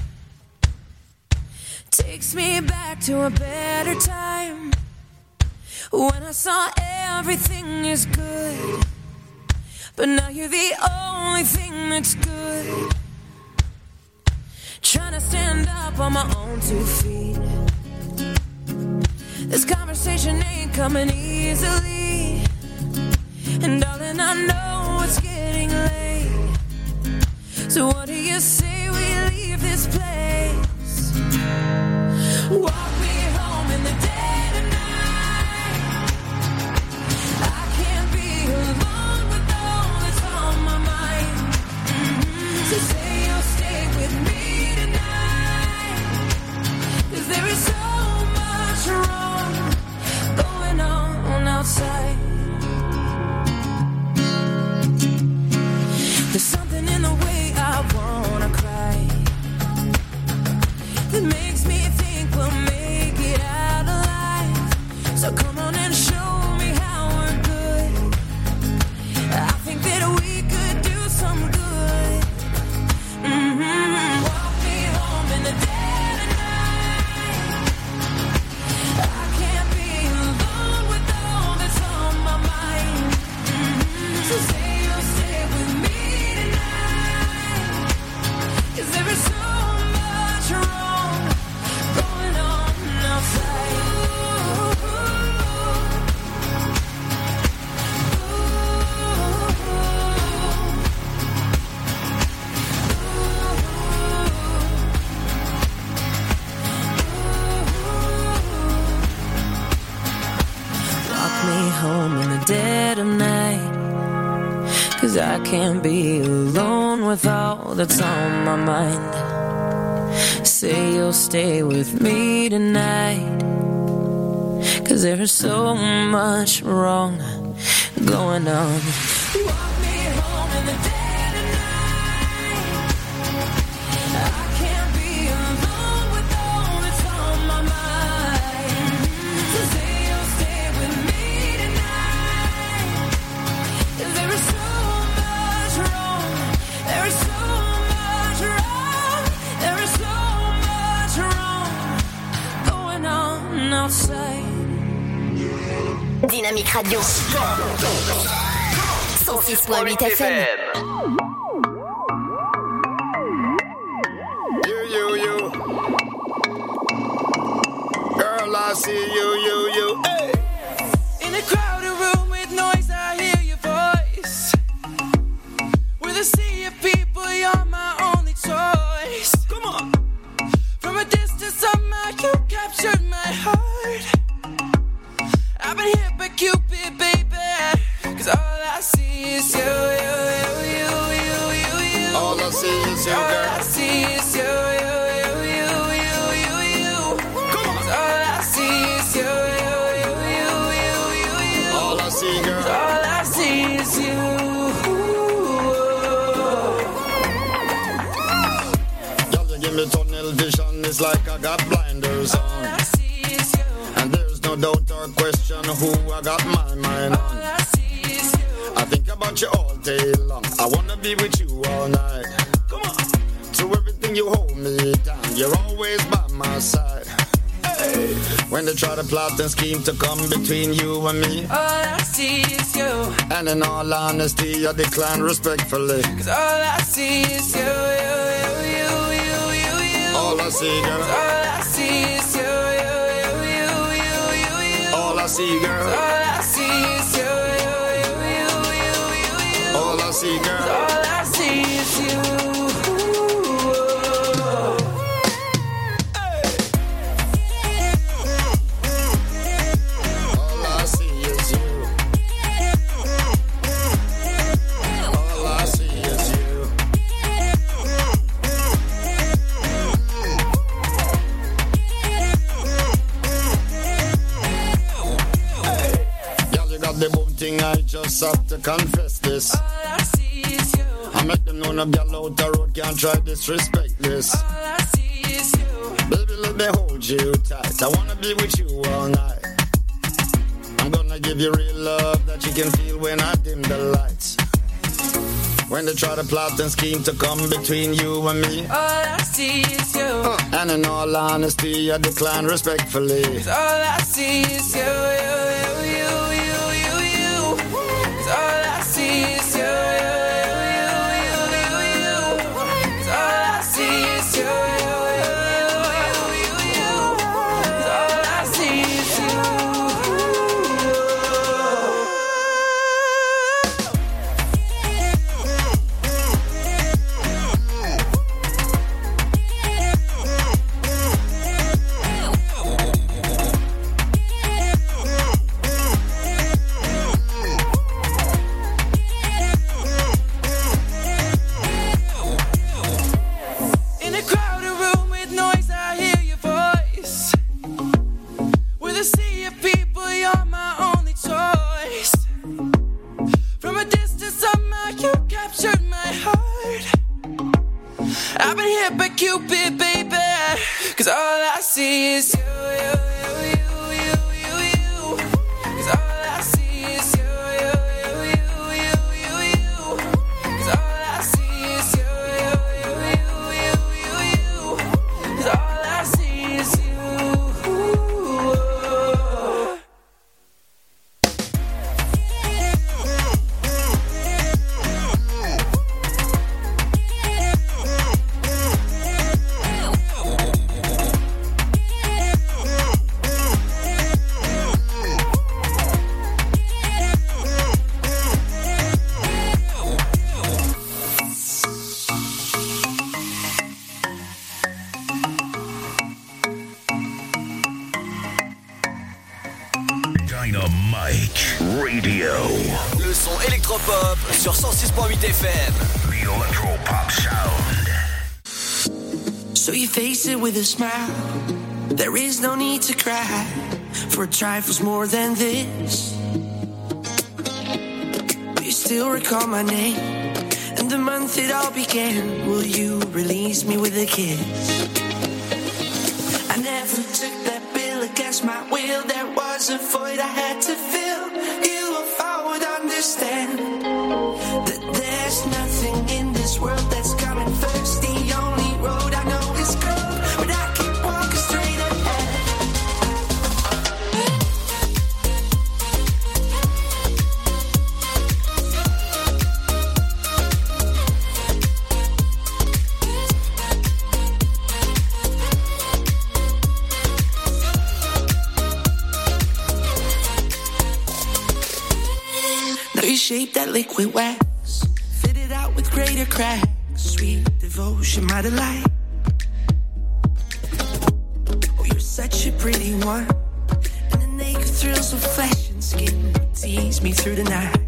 Takes me back to a better time. When I saw everything is good. But now you're the only thing that's good. Trying to stand up on my own 2 feet. This conversation ain't coming easily. And darling, I know it's getting late. So what do you say we leave this place? Walk me home in the dead of night. I can't be alone with all that's on my mind. So say you'll stay with me tonight. 'Cause there is so much wrong going on outside. There's something in the way I wanna cry that makes me think we'll make it out alive. So come on and show me how we're good. I think that we could do some good. Walk me home in the dead of night. I can't be alone with all that's on my mind. So say you'll stay with me tonight. 'Cause there is so much wrong going on outside. Walk me home in the dead of night. 'Cause I can't be alone with all that's on my mind. Say you'll stay with me tonight. 'Cause there is so much wrong going on. Walk me home in the dead of night. I can't be alone with all that's on my mind. So say you'll stay with me tonight. 'Cause there is so much wrong. There is so much wrong. There is so much wrong going on outside. Dynamique Radio. 106.8 FM. You. Girl, I see you. Hey. In a crowded room with noise, I hear your voice. With a sea of people, you're my only choice. Come on. From a distance, somehow you captured my heart. I've been hit by Cupid, baby. 'Cause all I see is you. All I see is you, All girl. I see is you. Come on. All I see is you. All I see, girl. All I see is you. Girl, you give me tunnel vision. It's like I got blinders on. All I see is you. And there's no doubt or question who I got my mind on. All I see is you. I think about you all day long. I wanna be with you all night. Come on. Through everything you hold me down. You're always by my side. Hey. When they try to plot and scheme to come between you and me, All I see is you. and in all honesty, I decline respectfully. Cause all I see is you, you. All I see, girl. All I see is you, you. All I see, girl. All I see is you, you. All I see, girl. All I see is you. I just have to confess this. All I see is you. I make them know no girl out the road can't try disrespect this. All I see is you. Baby, let me hold you tight. I wanna be with you all night. I'm gonna give you real love that you can feel when I dim the lights. When they try to plot and scheme to come between you and me, All I see is you. and in all honesty, I decline respectfully. Cause all I see is you, you. Cause all I see is you, you. Cause all I see is you, you. Cause all I see is you. In a crowded room with noise, I hear your voice. With a sea of people, you're my only choice. From a distance, somehow you captured my heart. I've been hit by Cupid, baby. Cause all I see is you, you. Cause all I see is you, you. Cause all I see is you, you. Cause all I see is you. Dynamite Radio. Le son électropop sur 106.8 FM. The Electropop Sound. So you face it with a smile. There is no need to cry for trifles more than this. But you still recall my name and the month it all began. Will you release me with a kiss? I never took that bill against my will. There was a void I had to fill. You, if I would understand that there's nothing in this world that's coming first. The only road I know is cold, but I keep walking straight ahead. Now you shape that liquid wax, fit it out with greater cracks. Sweet devotion, my delight. Oh, you're such a pretty one, and the naked thrills of flesh and skin tease me through the night.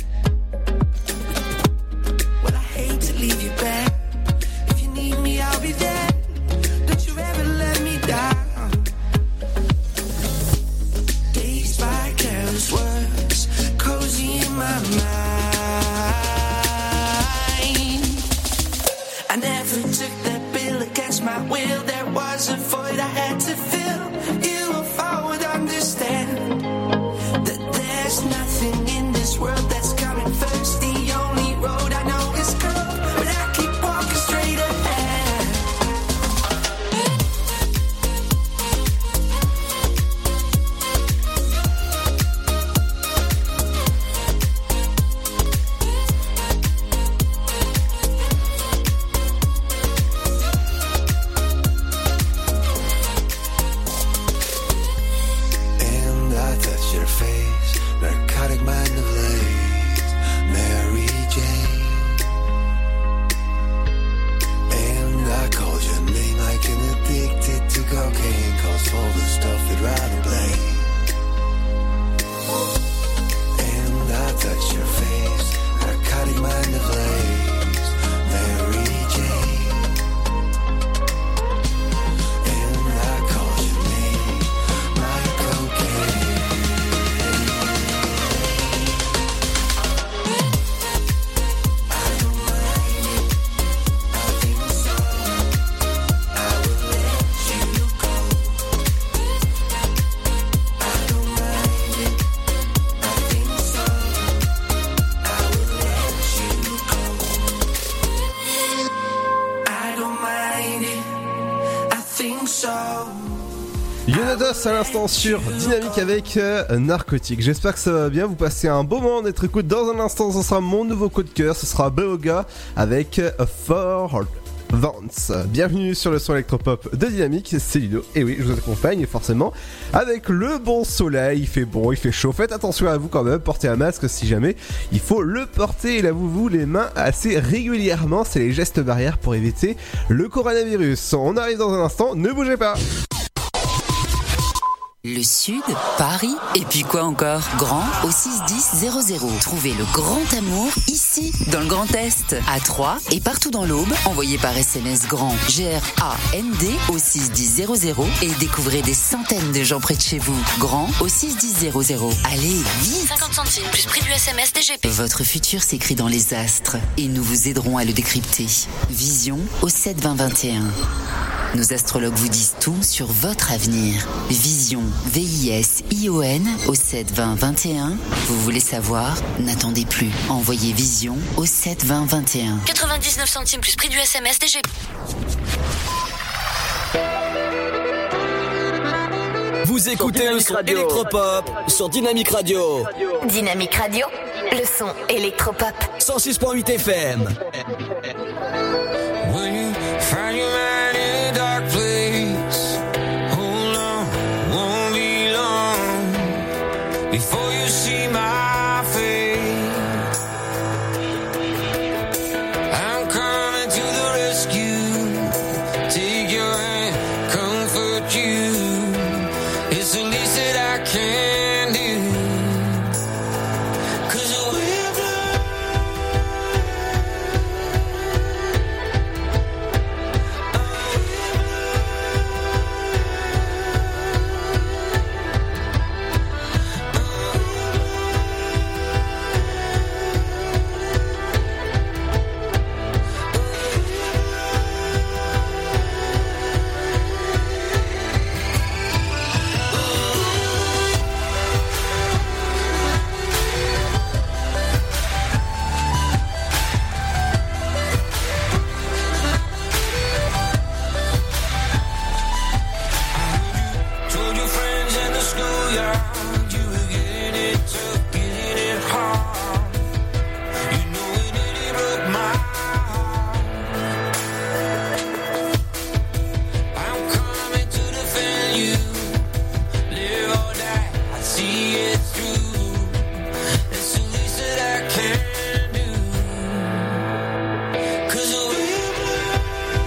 Well, I hate to leave you back. If you need me, I'll be there. Don't you ever let me down. Dazed by careless words, cozy in my mind. I never took that bill against my will. There was a void I had to fill. You, if I would understand that there's nothing in this world that's coming first. The only road I know is cold, but I keep walking straight ahead. Yonados à l'instant sur Dynamique avec Narcotique. J'espère que ça va bien, vous passez un beau moment d'être écoute. Dans un instant, ce sera mon nouveau coup de cœur, ce sera Beoga avec For Vance. Bienvenue sur le son électropop de Dynamique, c'est Ludo. Et oui, je vous accompagne forcément avec le bon soleil, il fait bon, il fait chaud. Faites attention à vous quand même, portez un masque si jamais il faut le porter. Et lavez-vous les mains assez régulièrement, c'est les gestes barrières pour éviter le coronavirus. On arrive dans un instant, ne bougez pas. Le Sud, Paris, et puis quoi encore? Grand au 61000. Trouvez le grand amour ici, dans le Grand Est, à Troyes et partout dans l'Aube. Envoyez par SMS grand, G-R-A-N-D au 61000 et découvrez des centaines de gens près de chez vous. Grand au 61000. Allez, vite! 50 centimes plus prix du SMS DGP. Votre futur s'écrit dans les astres et nous vous aiderons à le décrypter. Vision au 72021. Nos astrologues vous disent tout sur votre avenir. Vision, V-I-S-I-O-N au 72021. Vous voulez savoir? N'attendez plus. Envoyez Vision au 72021. 99 centimes plus prix du SMS DGP. Vous écoutez le son électropop sur Dynamique Radio. Dynamique Radio, le son électropop. 106.8 FM. When you find your man in a dark place, hold on, won't be long before you see my face. I'm coming to the rescue, take your hand, comfort you. It's the least that I can do. 'Cause we're blind. Told your friends in the schoolyard you were getting it tough, getting it hard. You know it nearly broke my heart. I'm coming to defend you. Live or die, I see it through. It's the least that I can do. 'Cause we're blind.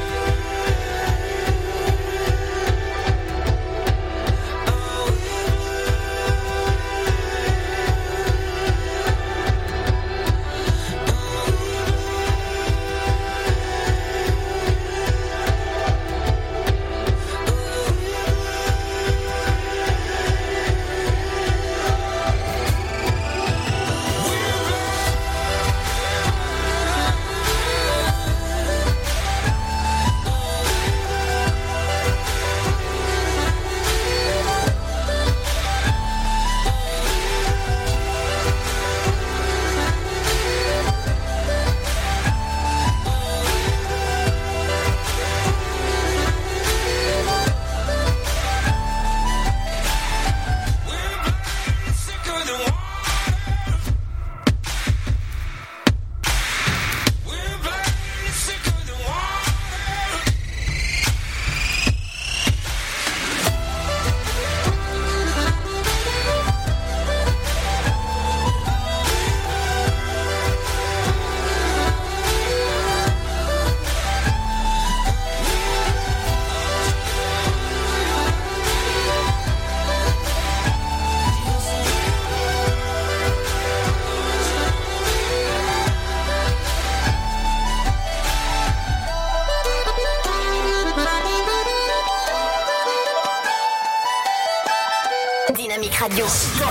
Dynamique Radio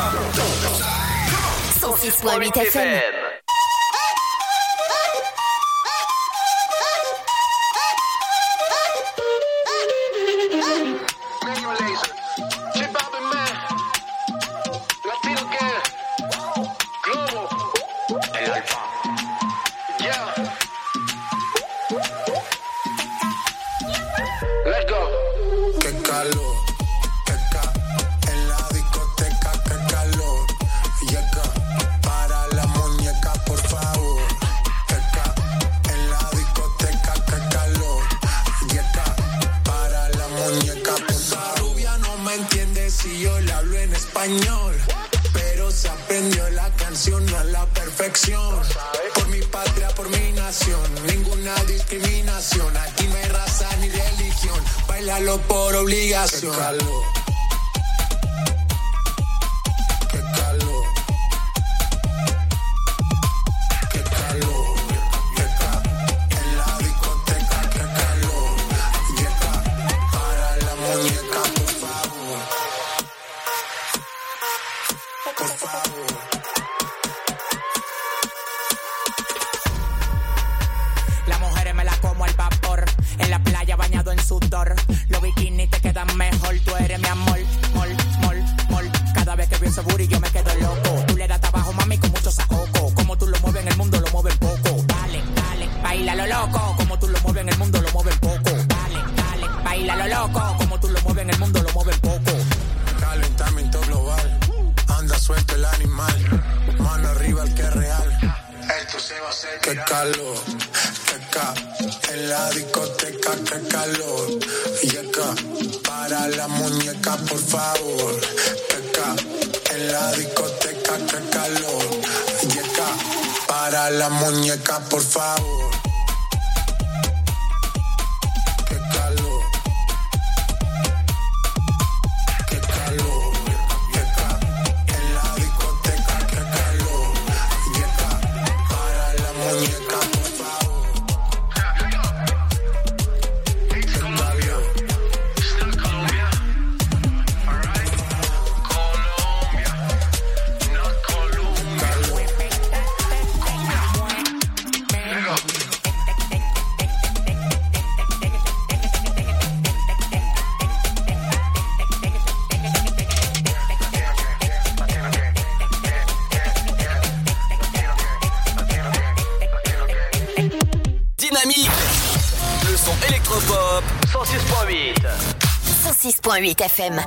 106.8 FM. calor, en la discoteca, qué calor. Yeca, para la muñeca, por favor. Yeca, en la discoteca, qué calor. Yeca, para la muñeca, por favor. Esa rubia no me entiende si yo le hablo en español, pero se aprendió la canción a la perfección. Por mi patria, por mi nación, ninguna discriminación. Aquí no hay raza ni religión, bailalo por obligación. Qué calor. Qué calor. Qué calor. Yeca, en la discoteca, qué calor. Yeca, para la muñeca, por favor. Por favor. Las mujeres me las como al vapor, en la playa bañado en sudor. Los bikinis te quedan mejor, tú eres mi amor, mol, mol, mol. Cada vez que veo ese booty yo me quedo loco. Tú le das trabajo, mami, con mucho saoco. Como tú lo mueves en el mundo, lo mueves poco. Dale, dale, baila lo loco. Como tú lo mueves en el mundo, lo mueves poco. Dale, dale, baila lo loco. Como tú lo mueves en el mundo, lo mueves poco. Calentamiento global, anda suelto el animal. Mano arriba el que es real. Esto se va a hacer. Qué calor, en la discoteca, qué calor. Yeca, para la muñeca, por favor. Yeca, en la discoteca, qué calor. Yeca, para la muñeca, por favor. Qué calor. Qué calor. Yeca, en la discoteca, qué calor. Yeca, para la muñeca, por favor. Dynamique, le son électropop 106.8. 106.8 FM.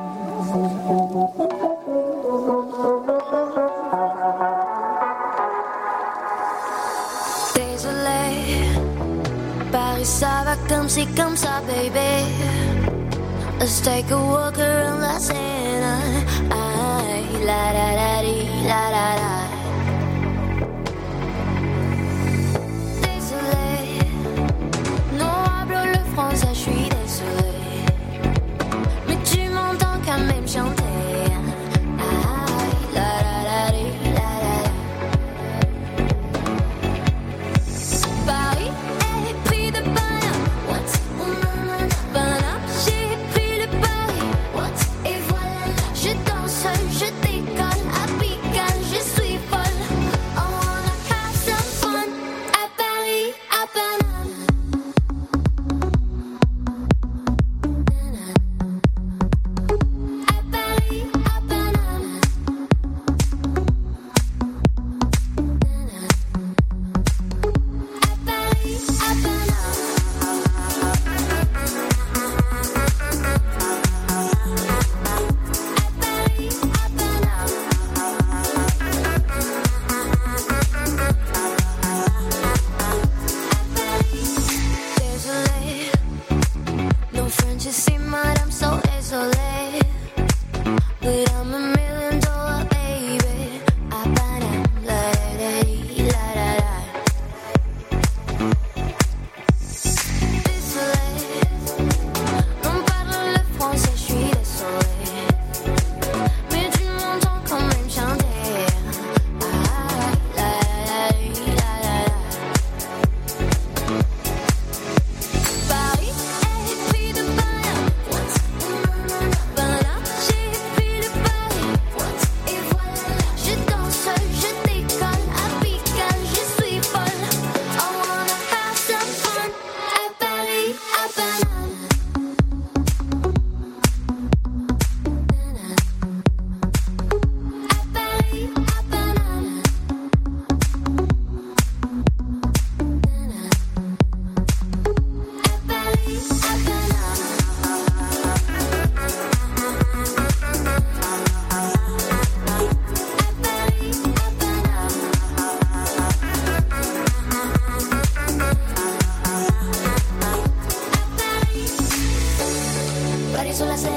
Désolé, Paris ça va comme ci comme ça, baby. Let's take a walk around la Seine. Ay, la la la di, la la la. Désolé, no hablo le français, je suis désolé. Mais tu m'entends quand même chanter. Ay, la la la di, la la la. Paris est pris de bain. What? J'ai pris le pari. What? Et voilà, je danse, je décolle à Pigalle. Je suis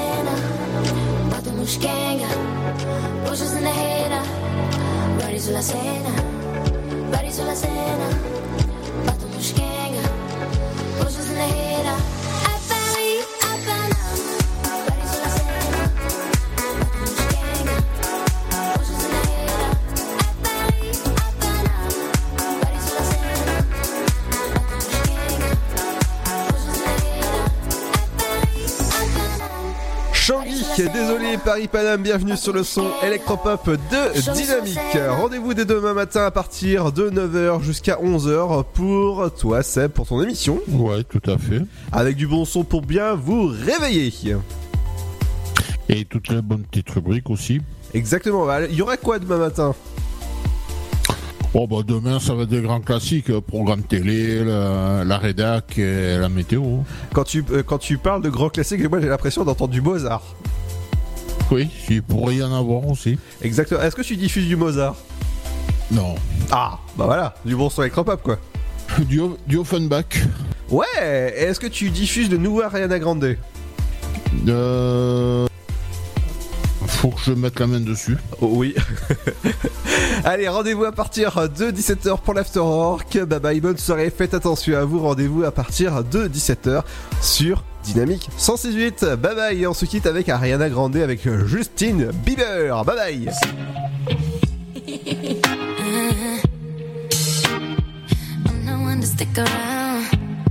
cena, batu mushkenga, pollos en la jera, ready sulla cena, ready sulla cena, batu mushkenga, pollos en la jera, a Paris, a Panama, ready sulla cena, batu mushkenga, pollos en la jera, a Paris, a Panama, ready sulla cena, batu mushkenga, pollos en la jera, a Paris, a Panama. Shangi, désolé Paris-Paname, bienvenue sur le son électropop de Dynamique. Rendez-vous dès demain matin à partir de 9h jusqu'à 11h pour toi Seb, pour ton émission. Ouais, tout à fait. Avec du bon son pour bien vous réveiller. Et toutes les bonnes petites rubriques aussi. Exactement, il y aura quoi demain matin? Oh bah demain ça va être des grands classiques, programme télé, la rédac et la météo. Quand tu parles de grands classiques, moi j'ai l'impression d'entendre du Mozart. Oui, il pourrait y en avoir aussi. Exactement. Est-ce que tu diffuses du Mozart? Non. Ah, bah voilà, du bon son électropop quoi. Du Offenbach. Ouais, et est-ce que tu diffuses de nouveau Ariana Grande? Faut que je mette la main dessus. Oh, oui. Allez, rendez-vous à partir de 17h pour l'Afterwork. Bye bye, bonne soirée, faites attention à vous. Rendez-vous à partir de 17h sur Dynamique 106.8. Bye bye, et on se quitte avec Ariana Grande avec Justin Bieber. Bye bye. I'm no one to stick around.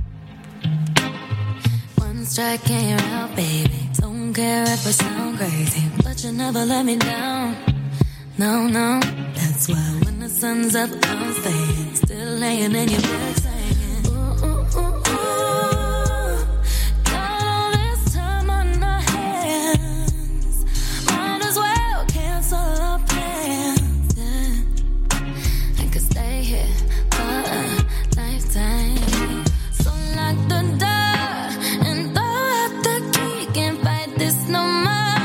One strike and you're out, baby. Don't care if I sound crazy, but you never let me down. No, no, that's why when the sun's up, I'm staying. Still laying in your bed saying, ooh, ooh, ooh, ooh. Got all this time on our hands. Might as well cancel our plans. Yeah. I could stay here for a lifetime. So lock the door and throw out the key. Can't fight this no more.